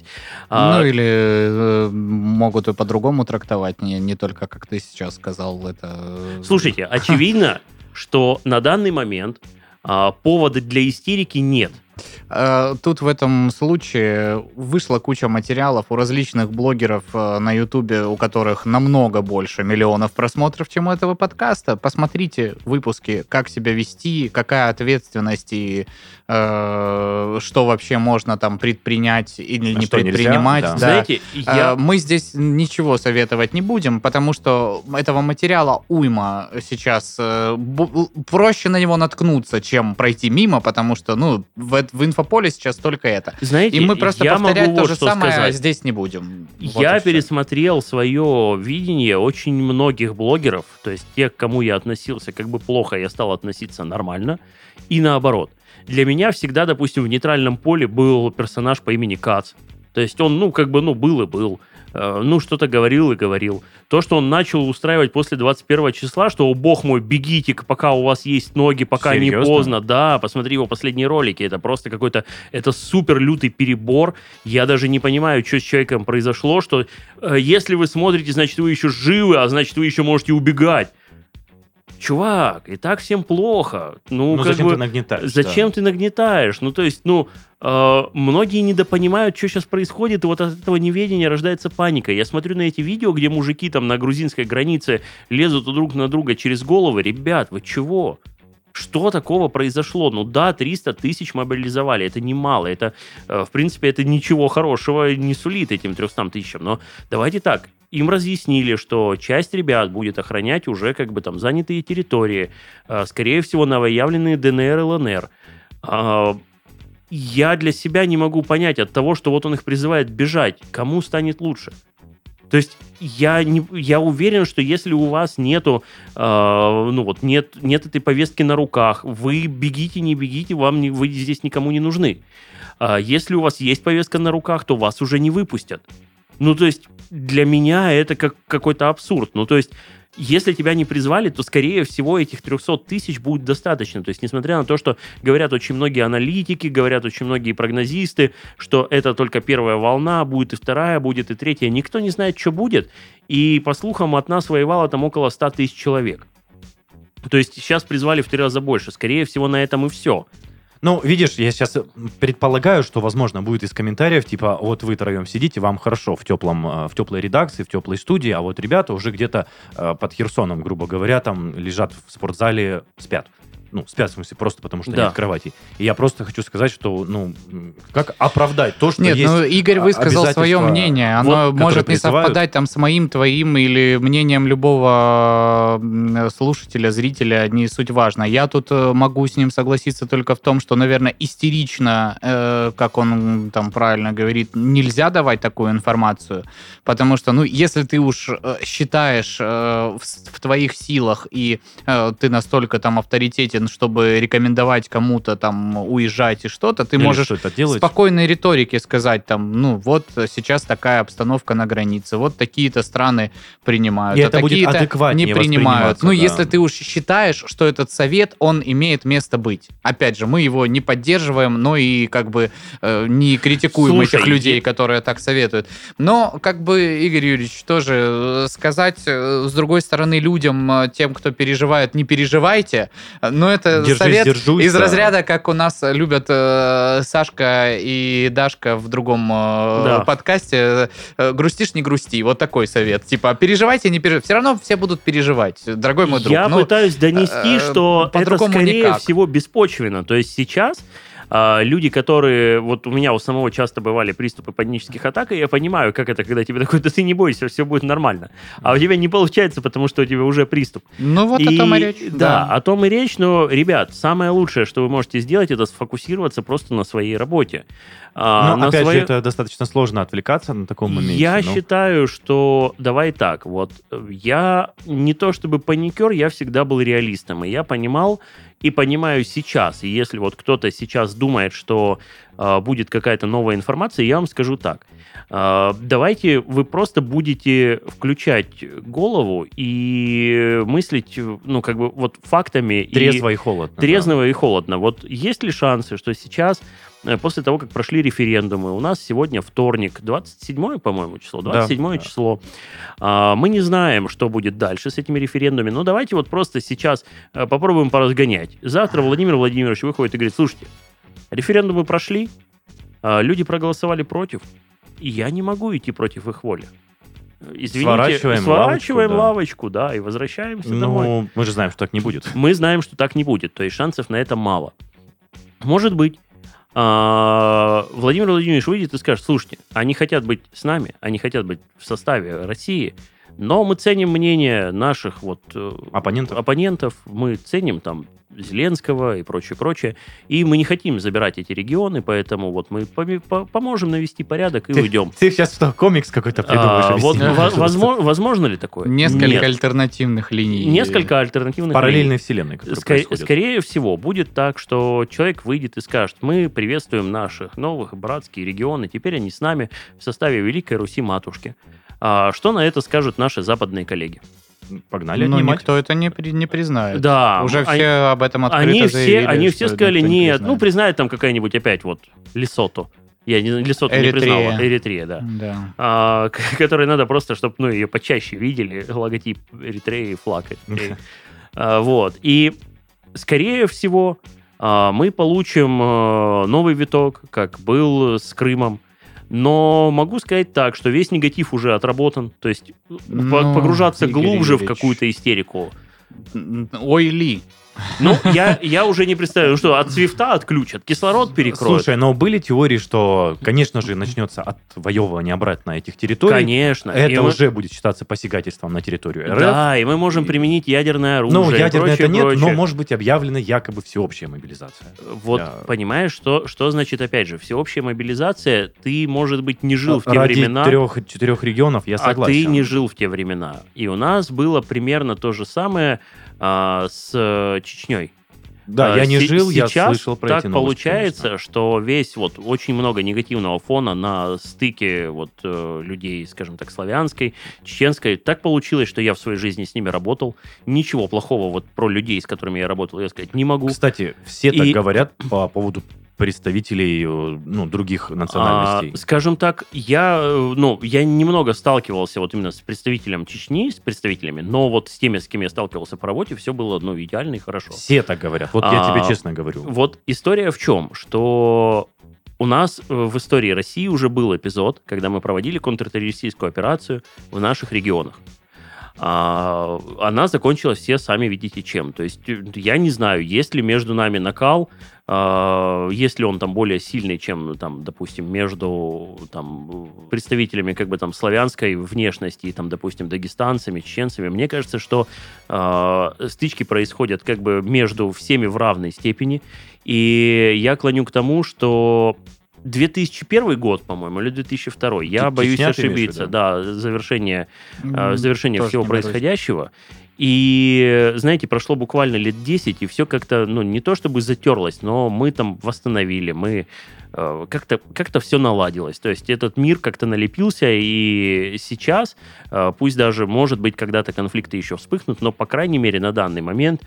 [SPEAKER 1] Или могут и по-другому трактовать, не только, как ты сейчас сказал. Это...
[SPEAKER 3] Слушайте, очевидно, что на данный момент повода для истерики нет.
[SPEAKER 1] Тут в этом случае вышла куча материалов у различных блогеров на Ютубе, у которых намного больше миллионов просмотров, чем у этого подкаста. Посмотрите выпуски, как себя вести, какая ответственность и что вообще можно предпринять или не предпринимать.
[SPEAKER 2] Нельзя, да.
[SPEAKER 3] Знаете,
[SPEAKER 1] мы здесь ничего советовать не будем, потому что этого материала уйма сейчас. Проще на него наткнуться, чем пройти мимо, потому что в инфополе сейчас только это.
[SPEAKER 3] Знаете,
[SPEAKER 1] и мы просто повторять то же самое
[SPEAKER 3] сказать.
[SPEAKER 1] Здесь не будем.
[SPEAKER 3] Я пересмотрел свое видение очень многих блогеров, то есть тех, к кому я относился как бы плохо, я стал относиться нормально, и наоборот. Для меня всегда, допустим, в нейтральном поле был персонаж по имени Кац. То есть он, был и был. Что-то говорил и говорил. То, что он начал устраивать после 21 числа, что, о бог мой, бегите, пока у вас есть ноги, пока
[SPEAKER 2] Серьезно?
[SPEAKER 3] не поздно. Да, посмотри его последние ролики. Это просто какой-то... Это супер лютый перебор. Я даже не понимаю, что с человеком произошло, что если вы смотрите, значит, вы еще живы, а значит, вы еще можете убегать. чувак, и так всем плохо. Ну, как
[SPEAKER 2] зачем
[SPEAKER 3] бы,
[SPEAKER 2] ты нагнетаешь?
[SPEAKER 3] зачем ты нагнетаешь? Ну, то есть, многие недопонимают, что сейчас происходит, и вот от этого неведения рождается паника. Я смотрю на эти видео, где мужики там на грузинской границе лезут друг на друга через головы. Ребят, вы чего? Что такого произошло? Ну да, 300 тысяч мобилизовали, это немало, это, в принципе, это ничего хорошего не сулит этим 300 тысячам, но давайте так, им разъяснили, что часть ребят будет охранять уже как бы там занятые территории, скорее всего, новоявленные ДНР и ЛНР. Я для себя не могу понять от того, что вот он их призывает бежать, кому станет лучше. То есть я уверен, что если у вас нету, нет этой повестки на руках, вы бегите, не бегите, вы здесь никому не нужны. Если у вас есть повестка на руках, то вас уже не выпустят. Ну, то есть для меня это как какой-то абсурд. Ну, то есть если тебя не призвали, то, скорее всего, этих 300 тысяч будет достаточно. То есть, несмотря на то, что говорят очень многие аналитики, говорят очень многие прогнозисты, что это только первая волна, будет и вторая, будет и третья, никто не знает, что будет. И, по слухам, от нас воевало там около 100 тысяч человек. То есть сейчас призвали в 3 раза больше. Скорее всего, на этом и все.
[SPEAKER 2] Ну, видишь, я сейчас предполагаю, что, возможно, будет из комментариев, типа, вот вы втроем сидите, вам хорошо в теплой редакции, в теплой студии, а вот ребята уже где-то под Херсоном, грубо говоря, там лежат в спортзале, спят. Ну, спят, в смысле, просто потому что нет кровати. И я просто хочу сказать, что, как оправдать то, что
[SPEAKER 1] нет,
[SPEAKER 2] есть
[SPEAKER 1] Игорь высказал свое мнение. Оно может не совпадать там с моим, твоим или мнением любого слушателя, зрителя, не суть важно. Я тут могу с ним согласиться только в том, что, наверное, истерично, как он там правильно говорит, нельзя давать такую информацию, потому что, если ты уж считаешь в твоих силах, и ты настолько там авторитетен, чтобы рекомендовать кому-то там уезжать и что-то, ты можешь в спокойной риторике сказать там, вот сейчас такая обстановка на границе, вот такие-то страны принимают,
[SPEAKER 2] а такие-то
[SPEAKER 1] не принимают. Если ты уж считаешь, что этот совет, он имеет место быть. Опять же, мы его не поддерживаем, но и как бы не критикуем этих людей, которые так советуют. Но как бы, Игорь Юрьевич, тоже сказать, с другой стороны, людям, тем, кто переживает, не переживайте, но это совет из разряда, как у нас любят Сашка и Дашка в другом подкасте. Грустишь, не грусти. Вот такой совет. Типа, переживайте, не переживайте. Все равно все будут переживать, дорогой мой друг.
[SPEAKER 3] Я пытаюсь донести, что это, скорее всего, беспочвенно. То есть сейчас люди, которые... Вот у меня у самого часто бывали приступы панических атак, и я понимаю, как это, когда тебе такой, да ты не бойся, все будет нормально. А у тебя не получается, потому что у тебя уже приступ.
[SPEAKER 1] О том и речь.
[SPEAKER 3] Да, о том и речь, но, ребят, самое лучшее, что вы можете сделать, это сфокусироваться просто на своей работе.
[SPEAKER 2] Опять же, это достаточно сложно отвлекаться на таком моменте.
[SPEAKER 3] Я считаю, что... Давай так, я не то чтобы паникер, я всегда был реалистом, и я понимал, и понимаю сейчас. И если кто-то сейчас думает, что будет какая-то новая информация, я вам скажу так. Давайте вы просто будете включать голову и мыслить, фактами.
[SPEAKER 2] Трезво и холодно.
[SPEAKER 3] Трезво и холодно. Есть ли шансы, что сейчас, после того, как прошли референдумы, у нас сегодня вторник, 27-е, по-моему, число, 27-е число, мы не знаем, что будет дальше с этими референдумами, но давайте просто сейчас попробуем поразгонять. Завтра Владимир Владимирович выходит и говорит, слушайте, референдумы прошли, люди проголосовали против, и я не могу идти против их воли. Извините, сворачиваем лавочку, и возвращаемся домой.
[SPEAKER 2] Мы же знаем, что так не будет.
[SPEAKER 3] Мы знаем, что так не будет, то есть шансов на это мало. Может быть, Владимир Владимирович выйдет и скажет, слушайте, они хотят быть с нами, они хотят быть в составе России, но мы ценим мнение наших оппонентов, мы ценим там Зеленского и прочее, и мы не хотим забирать эти регионы, поэтому мы поможем навести порядок и уйдем.
[SPEAKER 2] Ты сейчас что, комикс какой-то придумаешь?
[SPEAKER 3] Возможно ли такое?
[SPEAKER 1] Несколько альтернативных линий.
[SPEAKER 3] Несколько альтернативных
[SPEAKER 2] параллельной вселенной, которые происходят.
[SPEAKER 3] Скорее всего, будет так, что человек выйдет и скажет, мы приветствуем наших новых братские регионы, теперь они с нами в составе Великой Руси-матушки. Что на это скажут наши западные коллеги?
[SPEAKER 2] Погнали
[SPEAKER 1] но
[SPEAKER 2] отнимать.
[SPEAKER 1] Никто это не признает.
[SPEAKER 3] Да.
[SPEAKER 1] Уже все об этом открыто заявили.
[SPEAKER 3] Они все сказали, нет, признает там какая-нибудь опять Лесото. Я Лесото не признала. Эритрея, да. Которой надо просто, чтобы ее почаще видели, логотип Эритреи и флаг Эритреи. Вот. И, скорее всего, мы получим новый виток, как был с Крымом. Но могу сказать так, что весь негатив уже отработан. То есть погружаться
[SPEAKER 2] Игорь
[SPEAKER 3] глубже в
[SPEAKER 2] Игоревич.
[SPEAKER 3] какую-то истерику.
[SPEAKER 1] Ой, Ли.
[SPEAKER 3] Ну, я уже не представляю, что от свифта отключат, кислород перекроют.
[SPEAKER 2] Слушай, но были теории, что, конечно же, начнется отвоевывание обратно этих территорий.
[SPEAKER 3] Конечно. И
[SPEAKER 2] Это
[SPEAKER 3] мы-
[SPEAKER 2] уже будет считаться посягательством на территорию РФ.
[SPEAKER 3] Да, и мы можем применить ядерное оружие.
[SPEAKER 2] Ну,
[SPEAKER 3] и
[SPEAKER 2] ядерное
[SPEAKER 3] прочее,
[SPEAKER 2] это нет, но
[SPEAKER 3] прочее.
[SPEAKER 2] может быть объявлена якобы всеобщая мобилизация.
[SPEAKER 3] Вот,
[SPEAKER 2] Я-
[SPEAKER 3] понимаешь, что значит, опять же, всеобщая мобилизация? Ты, может быть, не жил в те
[SPEAKER 2] Ради
[SPEAKER 3] времена,
[SPEAKER 2] 3-4 регионов я согласен.
[SPEAKER 3] а ты не жил в те времена. И у нас было примерно то же самое с Чечней.
[SPEAKER 2] Да, я не жил, я
[SPEAKER 3] сейчас
[SPEAKER 2] слышал про
[SPEAKER 3] так
[SPEAKER 2] эти новости,
[SPEAKER 3] получается,
[SPEAKER 2] конечно.
[SPEAKER 3] что весь вот очень много негативного фона на стыке вот людей, скажем так, славянской, чеченской. Так получилось, что я в своей жизни с ними работал. Ничего плохого вот про людей, с которыми я работал, я сказать не могу.
[SPEAKER 2] Кстати, все так
[SPEAKER 3] И-
[SPEAKER 2] говорят по поводу представителей других национальностей.
[SPEAKER 3] Скажем так, я немного сталкивался вот именно с представителем Чечни, с представителями, но вот с теми, с кем я сталкивался по работе, все было идеально и хорошо.
[SPEAKER 2] Все так говорят. Вот я тебе
[SPEAKER 3] А,
[SPEAKER 2] честно говорю.
[SPEAKER 3] Вот история в чем? Что у нас в истории России уже был эпизод, когда мы проводили контртеррористическую операцию в наших регионах. Она закончилась, все сами видите, чем. То есть я не знаю, есть ли между нами накал, есть ли он там более сильный, чем, там, допустим, между там, представителями как бы там славянской внешности, там, допустим, дагестанцами, чеченцами. Мне кажется, что стычки происходят как бы между всеми в равной степени. И я клоню к тому, что 2001 год, по-моему, или 2002, я боюсь
[SPEAKER 2] Чечня, ты имеешь в
[SPEAKER 3] ошибиться,
[SPEAKER 2] виду?
[SPEAKER 3] да, завершение
[SPEAKER 1] Тоже
[SPEAKER 3] всего
[SPEAKER 1] не берусь.
[SPEAKER 3] происходящего. И, знаете, прошло буквально лет 10, и все как-то, не то чтобы затерлось, но мы там восстановили, мы как-то все наладилось. То есть этот мир как-то налепился, и сейчас, пусть даже, может быть, когда-то конфликты еще вспыхнут, но, по крайней мере, на данный момент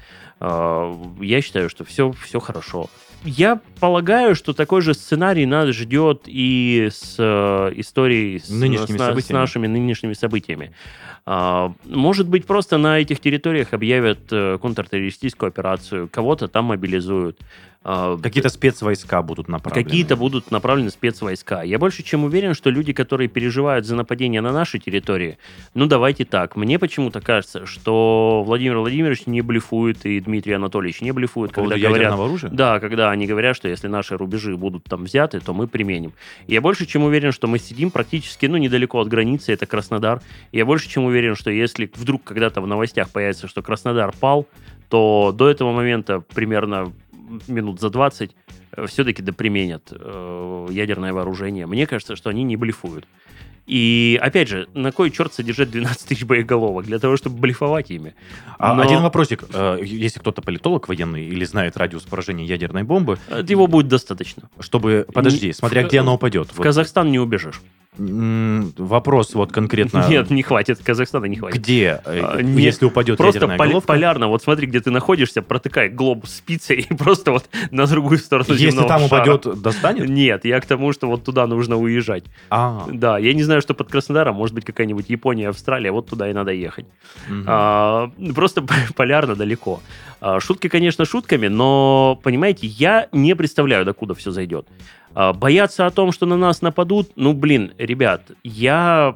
[SPEAKER 3] я считаю, что все хорошо. Я полагаю, что такой же сценарий нас ждет и с историей,
[SPEAKER 2] Нынешними
[SPEAKER 3] с
[SPEAKER 2] событиями.
[SPEAKER 3] нашими нынешними событиями. Может быть, просто на этих территориях объявят контртеррористическую операцию, кого-то там мобилизуют.
[SPEAKER 2] Какие-то спецвойска будут направлены.
[SPEAKER 3] Какие-то будут направлены спецвойска. Я больше чем уверен, что люди, которые переживают за нападение на нашей территории, давайте так, мне почему-то кажется, что Владимир Владимирович не блефует, и Дмитрий Анатольевич не блефует,
[SPEAKER 2] По поводу
[SPEAKER 3] когда говорят...
[SPEAKER 2] ядерного оружия?
[SPEAKER 3] Да, когда они говорят, что если наши рубежи будут там взяты, то мы применим. Я больше чем уверен, что мы сидим практически, недалеко от границы, это Краснодар. Я больше чем уверен, что если вдруг когда-то в новостях появится, что Краснодар пал, то до этого момента примерно минут за 20 все-таки применят ядерное вооружение. Мне кажется, что они не блефуют. И, опять же, на кой черт содержать 12 тысяч боеголовок? Для того, чтобы блефовать ими. Но
[SPEAKER 2] Один вопросик. Если кто-то политолог военный или знает радиус поражения ядерной бомбы,
[SPEAKER 3] его будет достаточно.
[SPEAKER 2] чтобы... Подожди, смотря где она упадет.
[SPEAKER 3] В Казахстан не убежишь.
[SPEAKER 2] Вопрос вот конкретно...
[SPEAKER 3] Нет, не хватит. Казахстана не хватит.
[SPEAKER 2] Где,
[SPEAKER 3] Нет,
[SPEAKER 2] если упадет
[SPEAKER 3] Просто
[SPEAKER 2] ядерная головка?
[SPEAKER 3] полярно. Вот смотри, где ты находишься, протыкай глобус спицей и просто вот на другую сторону
[SPEAKER 2] Если
[SPEAKER 3] земного
[SPEAKER 2] там
[SPEAKER 3] шара.
[SPEAKER 2] упадет, достанет?
[SPEAKER 3] Нет, я к тому, что вот туда нужно уезжать. Да, я не знаю, что под Краснодаром, может быть, какая-нибудь Япония, Австралия, вот туда и надо ехать.
[SPEAKER 2] Мгм.
[SPEAKER 3] Просто полярно далеко. Шутки, конечно, шутками, но, понимаете, я не представляю, докуда все зайдет. Бояться о том, что на нас нападут, ребят, я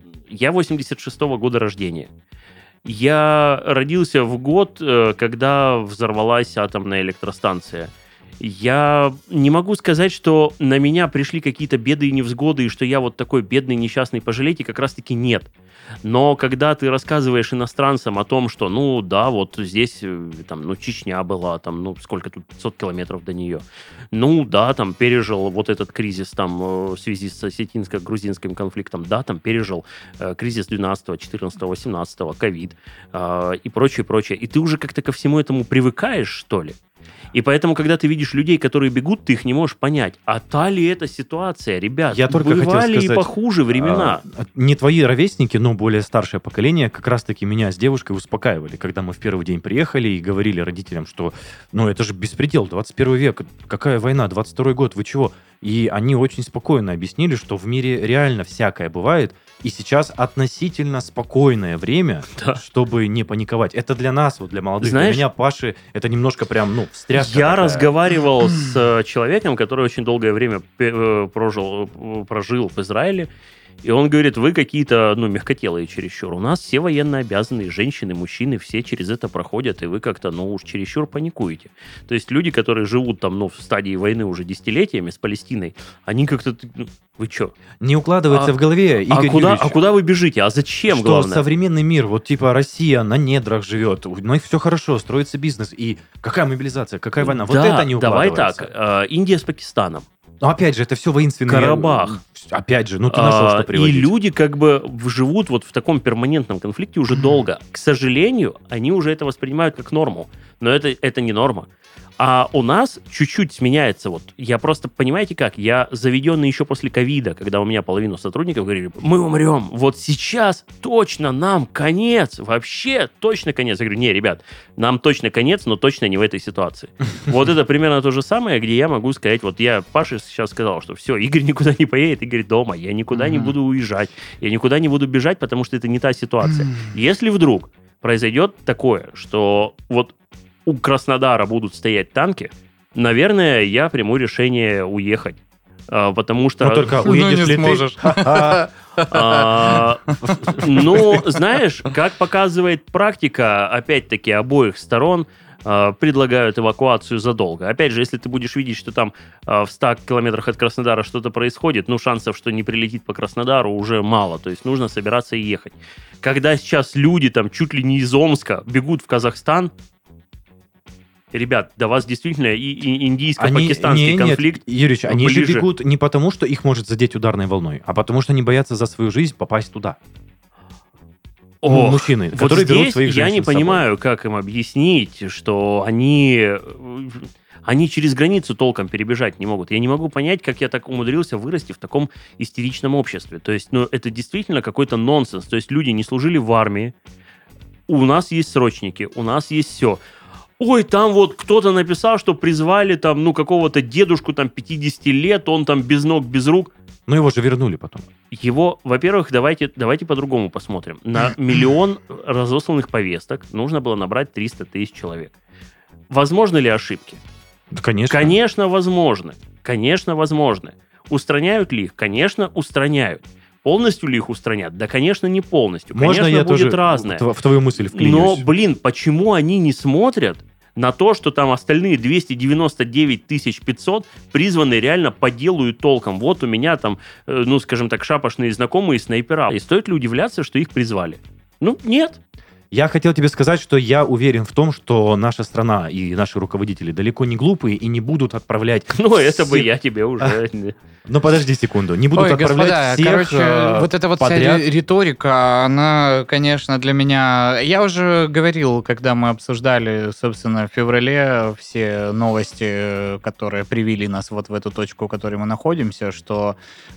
[SPEAKER 3] 86-го года рождения. Я родился в год, когда взорвалась атомная электростанция. Я не могу сказать, что на меня пришли какие-то беды и невзгоды, и что я вот такой бедный, несчастный, пожалейте, как раз-таки нет. Но когда ты рассказываешь иностранцам о том, что, вот здесь, там, Чечня была, там, сколько тут, 500 километров до нее, там, пережил вот этот кризис, там, в связи с осетинско-грузинским конфликтом, там, пережил кризис 12, 14, 18, ковид и прочее, прочее. И ты уже как-то ко всему этому привыкаешь, что ли? И поэтому, когда ты видишь людей, которые бегут, ты их не можешь понять. А та ли эта ситуация, ребят?
[SPEAKER 2] Я только хотел
[SPEAKER 3] бывали
[SPEAKER 2] сказать,
[SPEAKER 3] и похуже времена.
[SPEAKER 2] Не твои ровесники, но более старшее поколение как раз-таки меня с девушкой успокаивали, когда мы в первый день приехали и говорили родителям, что это же беспредел, 21 век, какая война, 22 год, вы чего? и они очень спокойно объяснили, что в мире реально всякое бывает, и сейчас относительно спокойное время, чтобы не паниковать. Это для нас, вот для молодых,
[SPEAKER 3] Знаешь,
[SPEAKER 2] для меня, Паши, это немножко прям, встряска
[SPEAKER 3] Я
[SPEAKER 2] такая.
[SPEAKER 3] разговаривал с человеком, который очень долгое время прожил в Израиле, и он говорит, вы какие-то, мягкотелые чересчур. У нас все военно обязанные, женщины, мужчины, все через это проходят, и вы как-то, уж чересчур паникуете. То есть люди, которые живут там, в стадии войны уже десятилетиями с Палестиной, они как-то, вы что?
[SPEAKER 2] Не укладывается в голове, Игорь Юрьевич.
[SPEAKER 3] Куда вы бежите? А зачем,
[SPEAKER 2] что
[SPEAKER 3] главное?
[SPEAKER 2] Современный мир, Россия на недрах живет, все хорошо, строится бизнес, и какая мобилизация, какая война? Вот это не укладывается.
[SPEAKER 3] Давай так, Индия с Пакистаном.
[SPEAKER 2] Но опять же, это все воинственные...
[SPEAKER 3] Карабах.
[SPEAKER 2] Опять же, ты нашел, что приводить.
[SPEAKER 3] И люди живут в таком перманентном конфликте уже долго. К сожалению, они уже это воспринимают как норму. Но это не норма. А у нас чуть-чуть сменяется. Я просто, понимаете как, я заведенный еще после ковида, когда у меня половину сотрудников говорили, мы умрем. Вот сейчас точно нам конец. Вообще точно конец. Я говорю, не, ребят, нам точно конец, но точно не в этой ситуации. Вот это примерно то же самое, где я могу сказать, я Паше сейчас сказал, что все, Игорь никуда не поедет, Игорь дома, я никуда не буду уезжать, я никуда не буду бежать, потому что это не та ситуация. Если вдруг произойдет такое, что у Краснодара будут стоять танки, наверное, я приму решение уехать. Потому что...
[SPEAKER 2] Но только уедешь ли
[SPEAKER 1] сможешь.
[SPEAKER 3] Знаешь, как показывает практика, опять-таки, обоих сторон, предлагают эвакуацию задолго. Опять же, если ты будешь видеть, что там в 100 километрах от Краснодара что-то происходит, шансов, что не прилетит по Краснодару, уже мало. То есть нужно собираться и ехать. Когда сейчас люди там чуть ли не из Омска бегут в Казахстан, ребят, до вас действительно и индийско-пакистанский конфликт.
[SPEAKER 2] Нет, Юрьевич, они же бегут не потому, что их может задеть ударной волной, а потому, что они боятся за свою жизнь попасть туда. Мужчины, которые берут своих женщин
[SPEAKER 3] я не понимаю, как им объяснить, что они через границу толком перебежать не могут. Я не могу понять, как я так умудрился вырасти в таком истеричном обществе. То есть, это действительно какой-то нонсенс. То есть, люди не служили в армии, у нас есть срочники, у нас есть все. Ой, там кто-то написал, что призвали там, какого-то дедушку там 50 лет, он там без ног, без рук.
[SPEAKER 2] Но его же вернули потом.
[SPEAKER 3] Его, во-первых, давайте по-другому посмотрим. На 1 миллион разосланных повесток нужно было набрать 300 тысяч человек. Возможны ли ошибки?
[SPEAKER 2] Да, конечно.
[SPEAKER 3] Конечно, возможно. Конечно, возможно. Устраняют ли их? Конечно, устраняют. Полностью ли их устранят? Да, конечно, не полностью.
[SPEAKER 2] Можно
[SPEAKER 3] конечно,
[SPEAKER 2] я
[SPEAKER 3] будет
[SPEAKER 2] тоже
[SPEAKER 3] разное.
[SPEAKER 2] в твою мысль вклинюсь?
[SPEAKER 3] Но, почему они не смотрят на то, что там остальные 299 500 призваны реально по делу и толком? Вот у меня там, скажем так, шапошные знакомые снайпера. И стоит ли удивляться, что их призвали? Нет.
[SPEAKER 2] Я хотел тебе сказать, что я уверен в том, что наша страна и наши руководители далеко не глупые и не будут отправлять...
[SPEAKER 3] это бы я тебе уже...
[SPEAKER 2] Подожди секунду. Не будут отправлять всех
[SPEAKER 1] вот эта
[SPEAKER 2] подряд.
[SPEAKER 1] вся риторика, она, конечно, для меня... Я уже говорил, когда мы обсуждали, собственно, в феврале все новости, которые привели нас в эту точку, в которой мы находимся, что,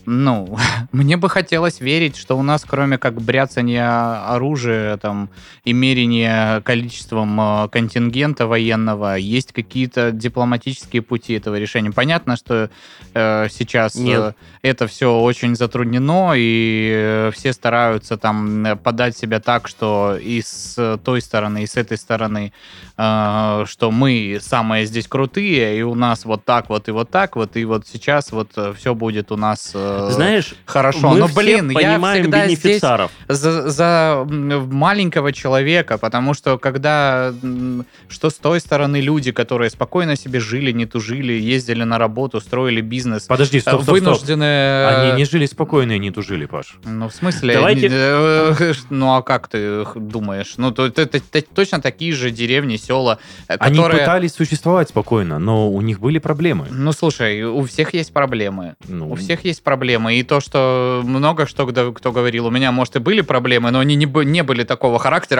[SPEAKER 1] мне бы хотелось верить, что у нас, кроме как бряцания оружия, там, и мерения количеством контингента военного, есть какие-то дипломатические пути этого решения. Понятно, что сейчас это все очень затруднено, и все стараются там подать себя так, что и с той стороны, и с этой стороны, что мы самые здесь крутые, и у нас вот так вот, и вот так вот, и вот сейчас все будет у нас
[SPEAKER 3] Знаешь,
[SPEAKER 1] хорошо.
[SPEAKER 3] мы
[SPEAKER 1] Но,
[SPEAKER 3] все понимаем
[SPEAKER 1] всегда
[SPEAKER 3] бенефициаров.
[SPEAKER 1] Здесь за маленького человека, потому что когда что с той стороны люди, которые спокойно себе жили, не тужили, ездили на работу, строили бизнес,
[SPEAKER 2] Подожди, стоп.
[SPEAKER 1] вынуждены...
[SPEAKER 2] Они не жили спокойно и не тужили, Паш.
[SPEAKER 1] В смысле?
[SPEAKER 3] Давайте...
[SPEAKER 1] А как ты думаешь? Это точно такие же деревни, села,
[SPEAKER 2] Они
[SPEAKER 1] которые...
[SPEAKER 2] пытались существовать спокойно, но у них были проблемы.
[SPEAKER 1] Слушай, у всех есть проблемы. У всех есть проблемы. И то, что много кто говорил, у меня, может, и были проблемы, но они не были такого характера,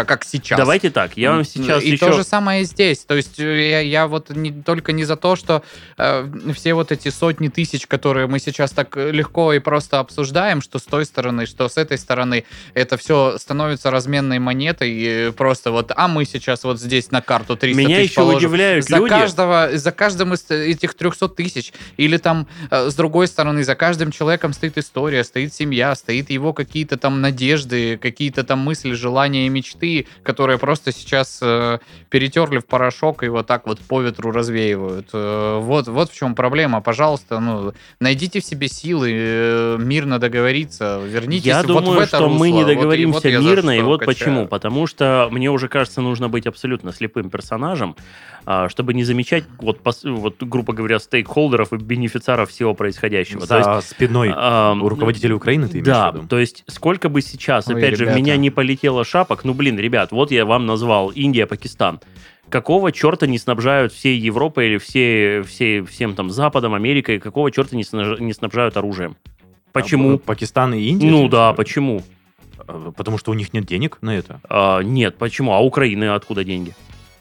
[SPEAKER 1] как сейчас.
[SPEAKER 3] Давайте так, я вам сейчас
[SPEAKER 1] И то же самое здесь. То есть я вот только не за то, что все вот эти сотни тысяч, которые мы сейчас так легко и просто обсуждаем, что с той стороны, что с этой стороны, это все становится разменной монетой, и просто вот, а мы сейчас вот здесь на карту 300
[SPEAKER 3] Меня
[SPEAKER 1] тысяч
[SPEAKER 3] еще
[SPEAKER 1] положим.
[SPEAKER 3] удивляют
[SPEAKER 1] За
[SPEAKER 3] люди.
[SPEAKER 1] за каждым из этих 300 тысяч, или там, с другой стороны, за каждым человеком стоит история, стоит семья, стоит его какие-то там надежды, какие-то там мысли, желания и мечты, которые просто сейчас перетерли в порошок и вот так вот по ветру развеивают. Вот в чем проблема. Пожалуйста, найдите в себе силы мирно договориться, вернитесь
[SPEAKER 3] Я
[SPEAKER 1] вот
[SPEAKER 3] думаю,
[SPEAKER 1] в это
[SPEAKER 3] что
[SPEAKER 1] русло.
[SPEAKER 3] мы не
[SPEAKER 1] Вот
[SPEAKER 3] договоримся
[SPEAKER 1] я за
[SPEAKER 3] мирно,
[SPEAKER 1] что
[SPEAKER 3] и вот
[SPEAKER 1] качаю.
[SPEAKER 3] почему. Потому что мне уже кажется, нужно быть абсолютно слепым персонажем, чтобы не замечать, вот грубо говоря, стейкхолдеров и бенефициаров всего происходящего.
[SPEAKER 2] За спиной у руководителя Украины ты имеешь
[SPEAKER 3] Да,
[SPEAKER 2] в виду?
[SPEAKER 3] то есть сколько бы сейчас,
[SPEAKER 1] Ой,
[SPEAKER 3] опять же, в
[SPEAKER 1] ребята.
[SPEAKER 3] меня не полетело шапок, ребят, вот я вам назвал Индия, Пакистан. Какого черта не снабжают всей Европой или всем там Западом, Америкой, какого черта не снабжают оружием? Почему?
[SPEAKER 2] Пакистан и Индия?
[SPEAKER 3] Ну да, почему?
[SPEAKER 2] Потому что у них нет денег на это.
[SPEAKER 3] Нет, почему? А Украины откуда деньги?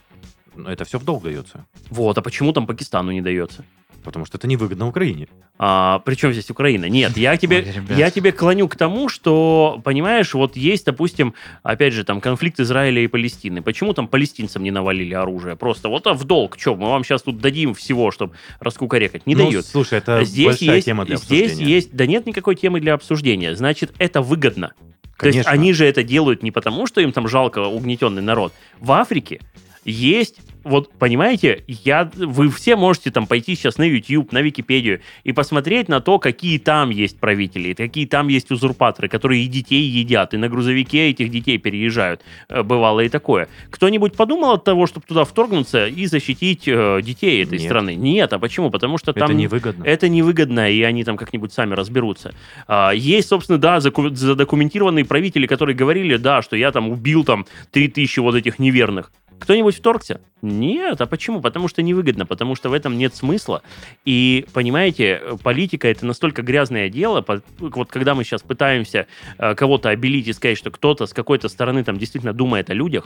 [SPEAKER 2] Это все в долг дается.
[SPEAKER 3] Вот, а почему там Пакистану не дается?
[SPEAKER 2] Потому что это невыгодно Украине.
[SPEAKER 3] Причем здесь Украина? Нет, я
[SPEAKER 1] Ой,
[SPEAKER 3] тебе
[SPEAKER 1] ребят.
[SPEAKER 3] клоню к тому, что, понимаешь, вот есть, допустим, опять же, там конфликт Израиля и Палестины. Почему там палестинцам не навалили оружие? Просто вот в долг. Что, мы вам сейчас тут дадим всего, чтобы раскукарекать? Не дают.
[SPEAKER 2] Слушай, это большая тема для обсуждения.
[SPEAKER 3] Да нет никакой темы для обсуждения. Значит, это выгодно. То есть
[SPEAKER 2] Конечно.
[SPEAKER 3] они же это делают не потому, что им там жалко угнетенный народ. В Африке есть... Вот, понимаете, вы все можете там пойти сейчас на YouTube, на Википедию и посмотреть на то, какие там есть правители, какие там есть узурпаторы, которые и детей едят, и на грузовике этих детей переезжают. Бывало и такое. Кто-нибудь подумал от того, чтобы туда вторгнуться и защитить детей этой страны? Нет. А почему? Потому что там...
[SPEAKER 2] Это невыгодно.
[SPEAKER 3] Это невыгодно, и они там как-нибудь сами разберутся. Есть, собственно, да, задокументированные правители, которые говорили, да, что я там убил там 3000 вот этих неверных. Кто-нибудь вторгся? Нет. А почему? Потому что невыгодно, потому что в этом нет смысла. И, понимаете, политика — это настолько грязное дело. Вот когда мы сейчас пытаемся кого-то обелить и сказать, что кто-то с какой-то стороны там действительно думает о людях.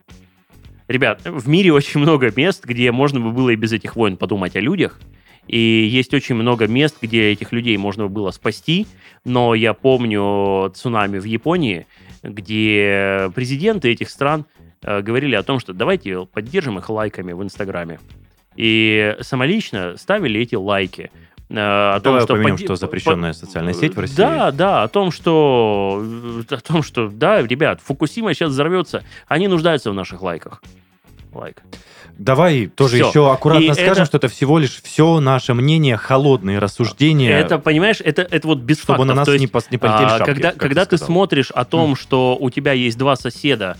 [SPEAKER 3] Ребят, в мире очень много мест, где можно бы было и без этих войн подумать о людях. И есть очень много мест, где этих людей можно было спасти. Но я помню цунами в Японии, где президенты этих стран говорили о том, что давайте поддержим их лайками в Инстаграме. И самолично ставили эти лайки. О том,
[SPEAKER 2] Давай упомянем, что запрещенная социальная сеть в России.
[SPEAKER 3] Да, о том, что, да, ребят, Фукусима сейчас взорвется, они нуждаются в наших лайках. Лайк.
[SPEAKER 2] Давай тоже
[SPEAKER 3] Всё.
[SPEAKER 2] еще аккуратно
[SPEAKER 3] И
[SPEAKER 2] скажем, что это всего лишь все наше мнение, холодные рассуждения.
[SPEAKER 3] Это, понимаешь, это вот без
[SPEAKER 2] чтобы
[SPEAKER 3] фактов.
[SPEAKER 2] на нас
[SPEAKER 3] То есть,
[SPEAKER 2] не полетели шапки.
[SPEAKER 3] когда ты смотришь о том, что у тебя есть два соседа,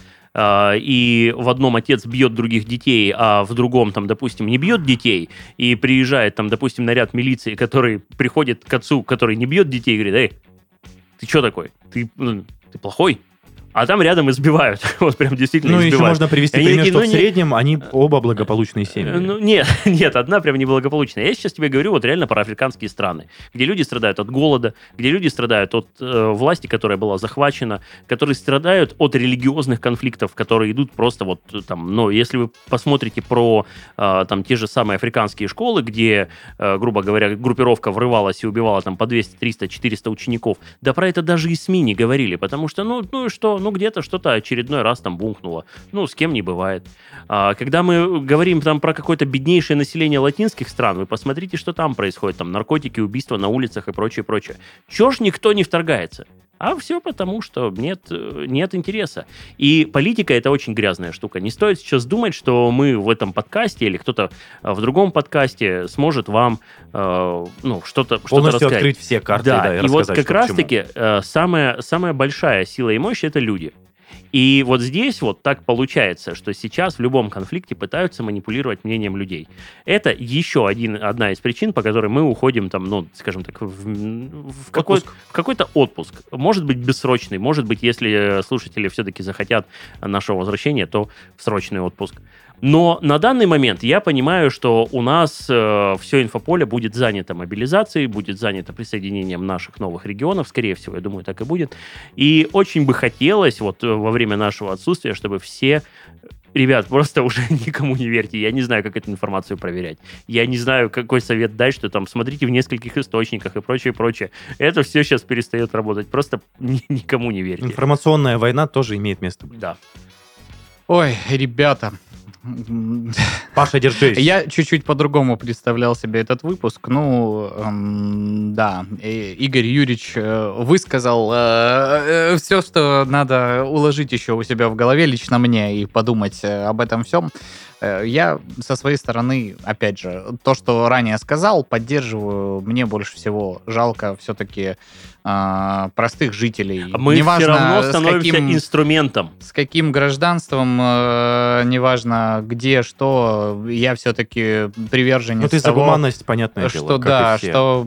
[SPEAKER 3] и в одном отец бьет других детей, а в другом, там, допустим, не бьет детей, и приезжает, там, допустим, наряд милиции, который приходит к отцу, который не бьет детей, и говорит: эй, ты что такой? Ты плохой? А там рядом избивают. Вот прям действительно избивают.
[SPEAKER 2] Еще можно привести
[SPEAKER 3] Они
[SPEAKER 2] пример,
[SPEAKER 3] такие,
[SPEAKER 2] что в среднем они оба благополучные семьи.
[SPEAKER 3] Нет, одна прям неблагополучная. Я сейчас тебе говорю вот реально про африканские страны, где люди страдают от голода, где люди страдают от власти, которая была захвачена, которые страдают от религиозных конфликтов, которые идут просто вот там, если вы посмотрите про там те же самые африканские школы, где, грубо говоря, группировка врывалась и убивала там по 200, 300, 400 учеников, да про это даже и СМИ не говорили, потому что, ну и что, где-то что-то очередной раз там бухнуло. С кем не бывает. Когда мы говорим там про какое-то беднейшее население латинских стран, вы посмотрите, что там происходит. Там наркотики, убийства на улицах и прочее. Чего ж никто не вторгается? А все потому, что нет интереса. И политика — это очень грязная штука. Не стоит сейчас думать, что мы в этом подкасте или кто-то в другом подкасте сможет вам что-то
[SPEAKER 2] полностью
[SPEAKER 3] рассказать.
[SPEAKER 2] Открыть все карты,
[SPEAKER 3] Да,
[SPEAKER 2] и
[SPEAKER 3] и вот
[SPEAKER 2] рассказать,
[SPEAKER 3] как раз-таки самая большая сила и мощь — это люди. И вот здесь вот так получается, что сейчас в любом конфликте пытаются манипулировать мнением людей. Это еще одна из причин, по которой мы уходим там, скажем так, в какой-то отпуск. Может быть, бессрочный, может быть, если слушатели все-таки захотят нашего возвращения, то в срочный отпуск. Но на данный момент я понимаю, что у нас все инфополе будет занято мобилизацией, будет занято присоединением наших новых регионов, скорее всего, я думаю, так и будет. И очень бы хотелось вот во время время нашего отсутствия, чтобы все... Ребят, просто уже никому не верьте. Я не знаю, как эту информацию проверять. Я не знаю, какой совет дать, что там смотрите в нескольких источниках и прочее, прочее. Это все сейчас перестает работать. Просто никому не верьте.
[SPEAKER 2] Информационная война тоже имеет место быть.
[SPEAKER 3] Да.
[SPEAKER 1] Ой, ребята.
[SPEAKER 2] Паша, держись.
[SPEAKER 1] Я чуть-чуть по-другому представлял себе этот выпуск. Ну, да, Игорь Юрьевич высказал все, что надо уложить еще у себя в голове, лично мне, и подумать об этом всем. Я со своей стороны, опять же, то, что ранее сказал, поддерживаю. Мне больше всего жалко все-таки простых жителей.
[SPEAKER 3] Мы все равно становимся инструментом.
[SPEAKER 1] С каким гражданством, неважно где, что, я все-таки приверженец того...
[SPEAKER 2] Ну, ты за гуманность, понятное дело,
[SPEAKER 1] что да, что,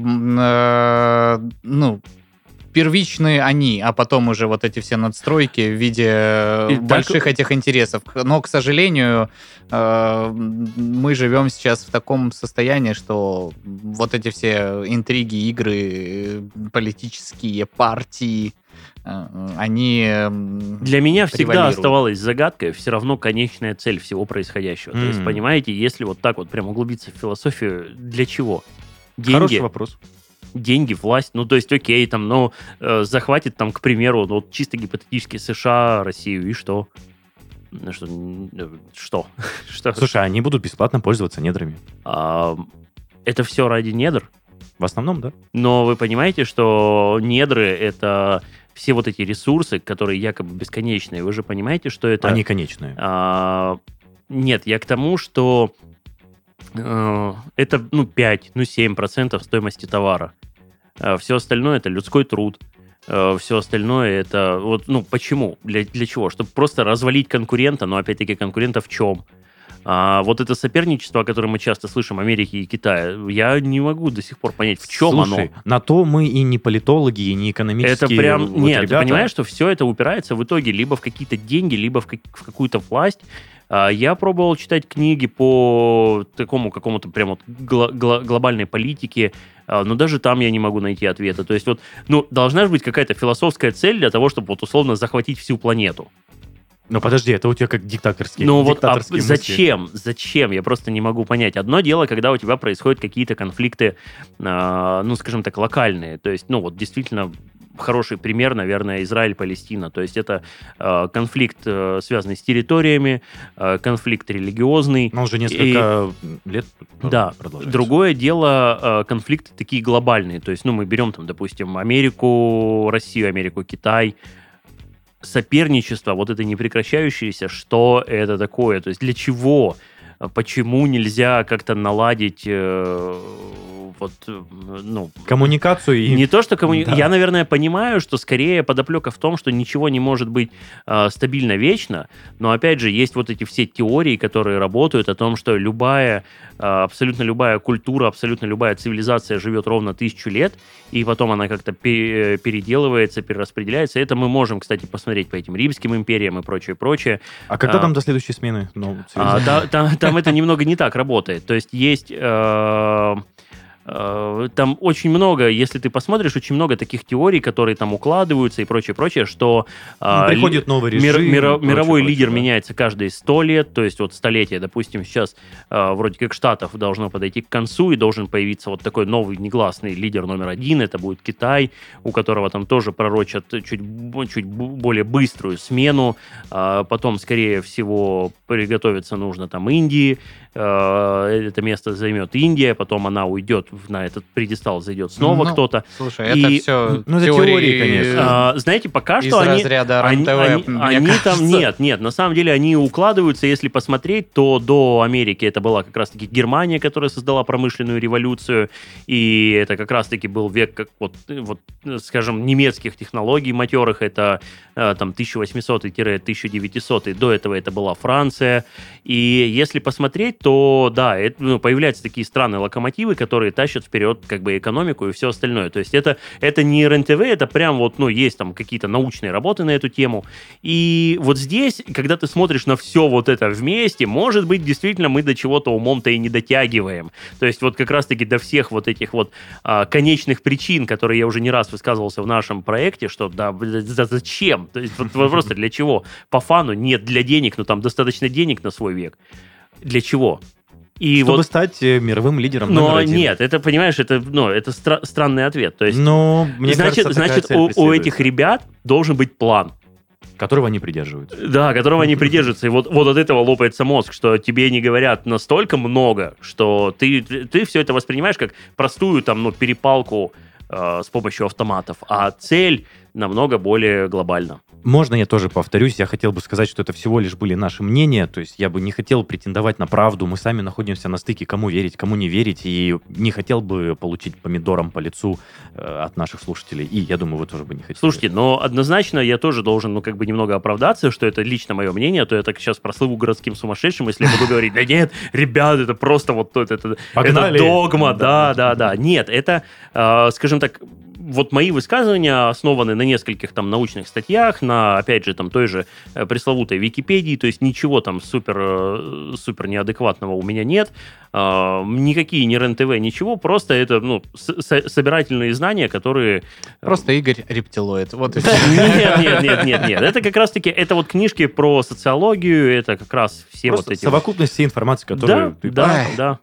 [SPEAKER 1] первичные они, а потом уже вот эти все надстройки в виде больших этих интересов. Но, к сожалению, мы живем сейчас в таком состоянии, что вот эти все интриги, игры, политические партии, они
[SPEAKER 3] для меня всегда оставалась загадкой все равно конечная цель всего происходящего. То есть, понимаете, если вот так вот прям углубиться в философию, для чего? Деньги.
[SPEAKER 2] Хороший вопрос.
[SPEAKER 3] Деньги, власть, ну, то есть, окей, там, ну, захватит там, к примеру, ну, вот чисто гипотетически США, Россию, и что? Что?
[SPEAKER 2] Слушай, они будут бесплатно пользоваться недрами.
[SPEAKER 3] Это все ради недр?
[SPEAKER 2] В основном, да.
[SPEAKER 3] Но вы понимаете, что недры — это все вот эти ресурсы, которые якобы бесконечные. Вы же понимаете, что это...
[SPEAKER 2] Они конечные.
[SPEAKER 3] Нет, я к тому, что это, 5, 7% стоимости товара. Все остальное — это людской труд. Все остальное — это... Вот, почему? Для чего? Чтобы просто развалить конкурента, но, опять-таки, конкурента в чем? Вот это соперничество, о котором мы часто слышим, Америки и Китая, я не могу до сих пор понять, в чем оно.
[SPEAKER 2] На то мы и не политологи, и не экономические...
[SPEAKER 3] Это прям... Нет, ребята... Ты понимаешь, что все это упирается в итоге либо в какие-то деньги, либо в какую-то власть. Я пробовал читать книги по такому какому-то прям вот глобальной политике, но даже там я не могу найти ответа. То есть вот, должна же быть какая-то философская цель для того, чтобы вот условно захватить всю планету.
[SPEAKER 2] Ну, подожди, это у тебя как диктаторские
[SPEAKER 3] мысли. Зачем? Я просто не могу понять. Одно дело, когда у тебя происходят какие-то конфликты, скажем так, локальные. То есть, действительно... Хороший пример, наверное, Израиль-Палестина. То есть это конфликт, связанный с территориями, конфликт религиозный.
[SPEAKER 2] Но он уже несколько лет
[SPEAKER 3] продолжается. Другое дело, конфликты такие глобальные. То есть, мы берем, там, допустим, Америку, Россию, Америку, Китай. Соперничество, вот это непрекращающееся, что это такое? То есть для чего? Почему нельзя как-то наладить...
[SPEAKER 2] коммуникацию и...
[SPEAKER 3] Не то, что коммуникацию. Да. Я, наверное, понимаю, что скорее подоплека в том, что ничего не может быть стабильно вечно, но, опять же, есть вот эти все теории, которые работают о том, что абсолютно любая культура, абсолютно любая цивилизация живет ровно 1000 лет, и потом она как-то переделывается, перераспределяется. Это мы можем, кстати, посмотреть по этим Римским империям и прочее.
[SPEAKER 2] А когда там до следующей смены?
[SPEAKER 3] Там это немного не так работает. То есть... Там очень много, если ты посмотришь, очень много таких теорий, которые там укладываются и прочее, что
[SPEAKER 2] приходит новый режим,
[SPEAKER 3] мировой лидер меняется каждые 100 лет, то есть вот столетие, допустим, сейчас вроде как Штатов должно подойти к концу и должен появиться вот такой новый негласный лидер номер 1, это будет Китай, у которого там тоже пророчат чуть более быструю смену, потом, скорее всего, приготовиться нужно там Индии, это место займет Индия, потом она уйдет на этот пьедестал, зайдет снова кто-то.
[SPEAKER 1] Слушай, это все
[SPEAKER 2] теории, конечно.
[SPEAKER 3] Знаете, пока
[SPEAKER 1] из
[SPEAKER 3] что
[SPEAKER 1] разряда
[SPEAKER 3] они там нет, на самом деле они укладываются, если посмотреть, то до Америки это была как раз-таки Германия, которая создала промышленную революцию, и это как раз-таки был век, как вот скажем, немецких технологий матерых, это там 1800-1900, до этого это была Франция, и если посмотреть, то да, появляются такие странные локомотивы, которые тащат тащат вперед как бы экономику и все остальное. То есть это не РЕН-ТВ, это прям вот, ну, есть там какие-то научные работы на эту тему. И вот здесь, когда ты смотришь на все вот это вместе, может быть, действительно мы до чего-то умом-то и не дотягиваем. То есть вот как раз-таки до всех вот этих вот конечных причин, которые я уже не раз высказывался в нашем проекте, что да, зачем? То есть вот просто для чего? По фану? Нет, для денег, но там достаточно денег на свой век. Для чего? И
[SPEAKER 2] чтобы
[SPEAKER 3] вот,
[SPEAKER 2] стать мировым лидером
[SPEAKER 3] но
[SPEAKER 2] номер 1.
[SPEAKER 3] нет, это, понимаешь, это странный ответ. То есть,
[SPEAKER 2] Но, мне
[SPEAKER 3] значит,
[SPEAKER 2] кажется, такая цель
[SPEAKER 3] у
[SPEAKER 2] преследуется,
[SPEAKER 3] этих ребят должен быть план.
[SPEAKER 2] которого они придерживаются.
[SPEAKER 3] Да, которого они придерживаются. И вот от этого лопается мозг, что тебе не говорят настолько много, что ты все это воспринимаешь как простую там, ну, перепалку с помощью автоматов, а цель намного более глобальна.
[SPEAKER 2] Можно я тоже повторюсь? Я хотел бы сказать, что это всего лишь были наши мнения, то есть я бы не хотел претендовать на правду, мы сами находимся на стыке, кому верить, кому не верить, и не хотел бы получить помидором по лицу от наших слушателей, и я думаю, вы тоже бы не хотели.
[SPEAKER 3] Слушайте, но однозначно я тоже должен, ну, как бы немного оправдаться, что это лично мое мнение, а то я так сейчас прослыву городским сумасшедшим, если я буду говорить, да нет, ребят, это просто вот это догма, да. Нет, это, скажем так, вот мои высказывания основаны на нескольких там научных статьях, на, опять же, там той же пресловутой Википедии, то есть ничего там супер неадекватного у меня нет, никакие не РЕН-ТВ, ничего, просто это, ну, собирательные знания, которые...
[SPEAKER 1] Просто Игорь рептилоид, вот и все.
[SPEAKER 3] Нет, это как раз-таки, это вот книжки про социологию, это как раз все
[SPEAKER 2] просто
[SPEAKER 3] вот эти...
[SPEAKER 2] совокупность всей информации, которую ты...
[SPEAKER 3] Да.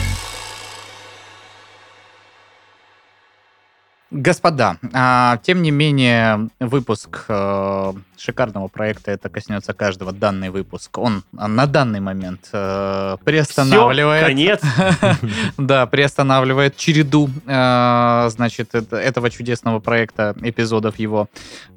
[SPEAKER 1] Господа, тем не менее, выпуск шикарного проекта, это коснется каждого, данный выпуск, он на данный момент приостанавливает...
[SPEAKER 3] Все, конец.
[SPEAKER 1] Да, приостанавливает череду, значит, этого чудесного проекта, эпизодов его.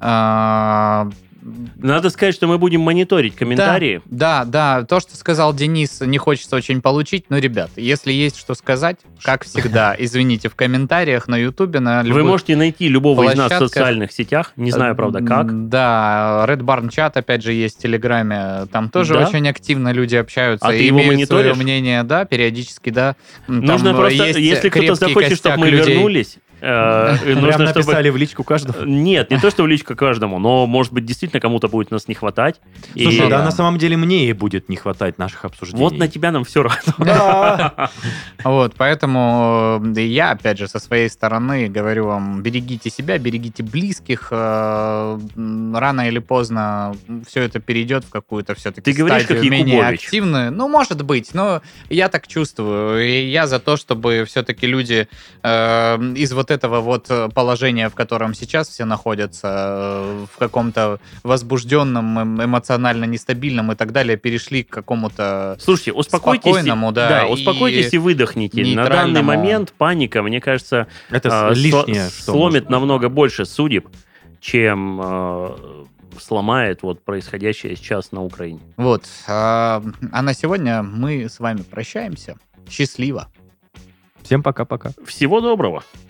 [SPEAKER 3] Надо сказать, что мы будем мониторить комментарии.
[SPEAKER 1] Да, то, что сказал Денис, не хочется очень получить, но, ребят, если есть что сказать, как всегда, извините, в комментариях на Ютубе, на любых...
[SPEAKER 3] Вы можете найти любого из нас в
[SPEAKER 1] площадках.
[SPEAKER 3] социальных сетях, не знаю, правда, как.
[SPEAKER 1] Да, Red Barn чат, опять же, есть в Телеграме, там тоже
[SPEAKER 3] Да?
[SPEAKER 1] очень активно люди общаются,
[SPEAKER 3] А ты
[SPEAKER 1] и
[SPEAKER 3] его
[SPEAKER 1] имеют свое
[SPEAKER 3] мониторишь?
[SPEAKER 1] мнение, да, периодически, да.
[SPEAKER 3] Нужно просто, если кто-то захочет, чтобы мы вернулись,
[SPEAKER 2] Прям
[SPEAKER 3] нужно, чтобы...
[SPEAKER 2] написали в личку каждому.
[SPEAKER 3] Нет, не то, что в личку каждому, но, может быть, действительно кому-то будет нас не хватать.
[SPEAKER 2] Слушай,
[SPEAKER 3] И-
[SPEAKER 2] да, на самом деле мне и будет не хватать наших обсуждений.
[SPEAKER 3] Вот на тебя нам все равно.
[SPEAKER 2] Да.
[SPEAKER 1] Вот, поэтому я, опять же, со своей стороны говорю вам, берегите себя, берегите близких. Рано или поздно все это перейдет в какую-то все-таки
[SPEAKER 3] Ты говоришь,
[SPEAKER 1] стадию
[SPEAKER 3] как
[SPEAKER 1] менее
[SPEAKER 3] Якубович.
[SPEAKER 1] активную. Ну, может быть, но я так чувствую. И я за то, чтобы все-таки люди из вот этого вот положения, в котором сейчас все находятся, в каком-то возбужденном, эмоционально нестабильном и так далее, перешли к какому-то
[SPEAKER 3] Слушайте, успокойтесь,
[SPEAKER 1] спокойному, да,
[SPEAKER 3] успокойтесь и выдохните. На
[SPEAKER 1] нейтральному.
[SPEAKER 3] данный момент паника, мне кажется,
[SPEAKER 2] Это лишнее, что
[SPEAKER 3] сломит
[SPEAKER 2] может-
[SPEAKER 3] намного больше судеб, чем сломает вот происходящее сейчас на Украине.
[SPEAKER 1] Вот. А на сегодня мы с вами прощаемся. Счастливо.
[SPEAKER 2] Всем пока-пока.
[SPEAKER 3] Всего доброго.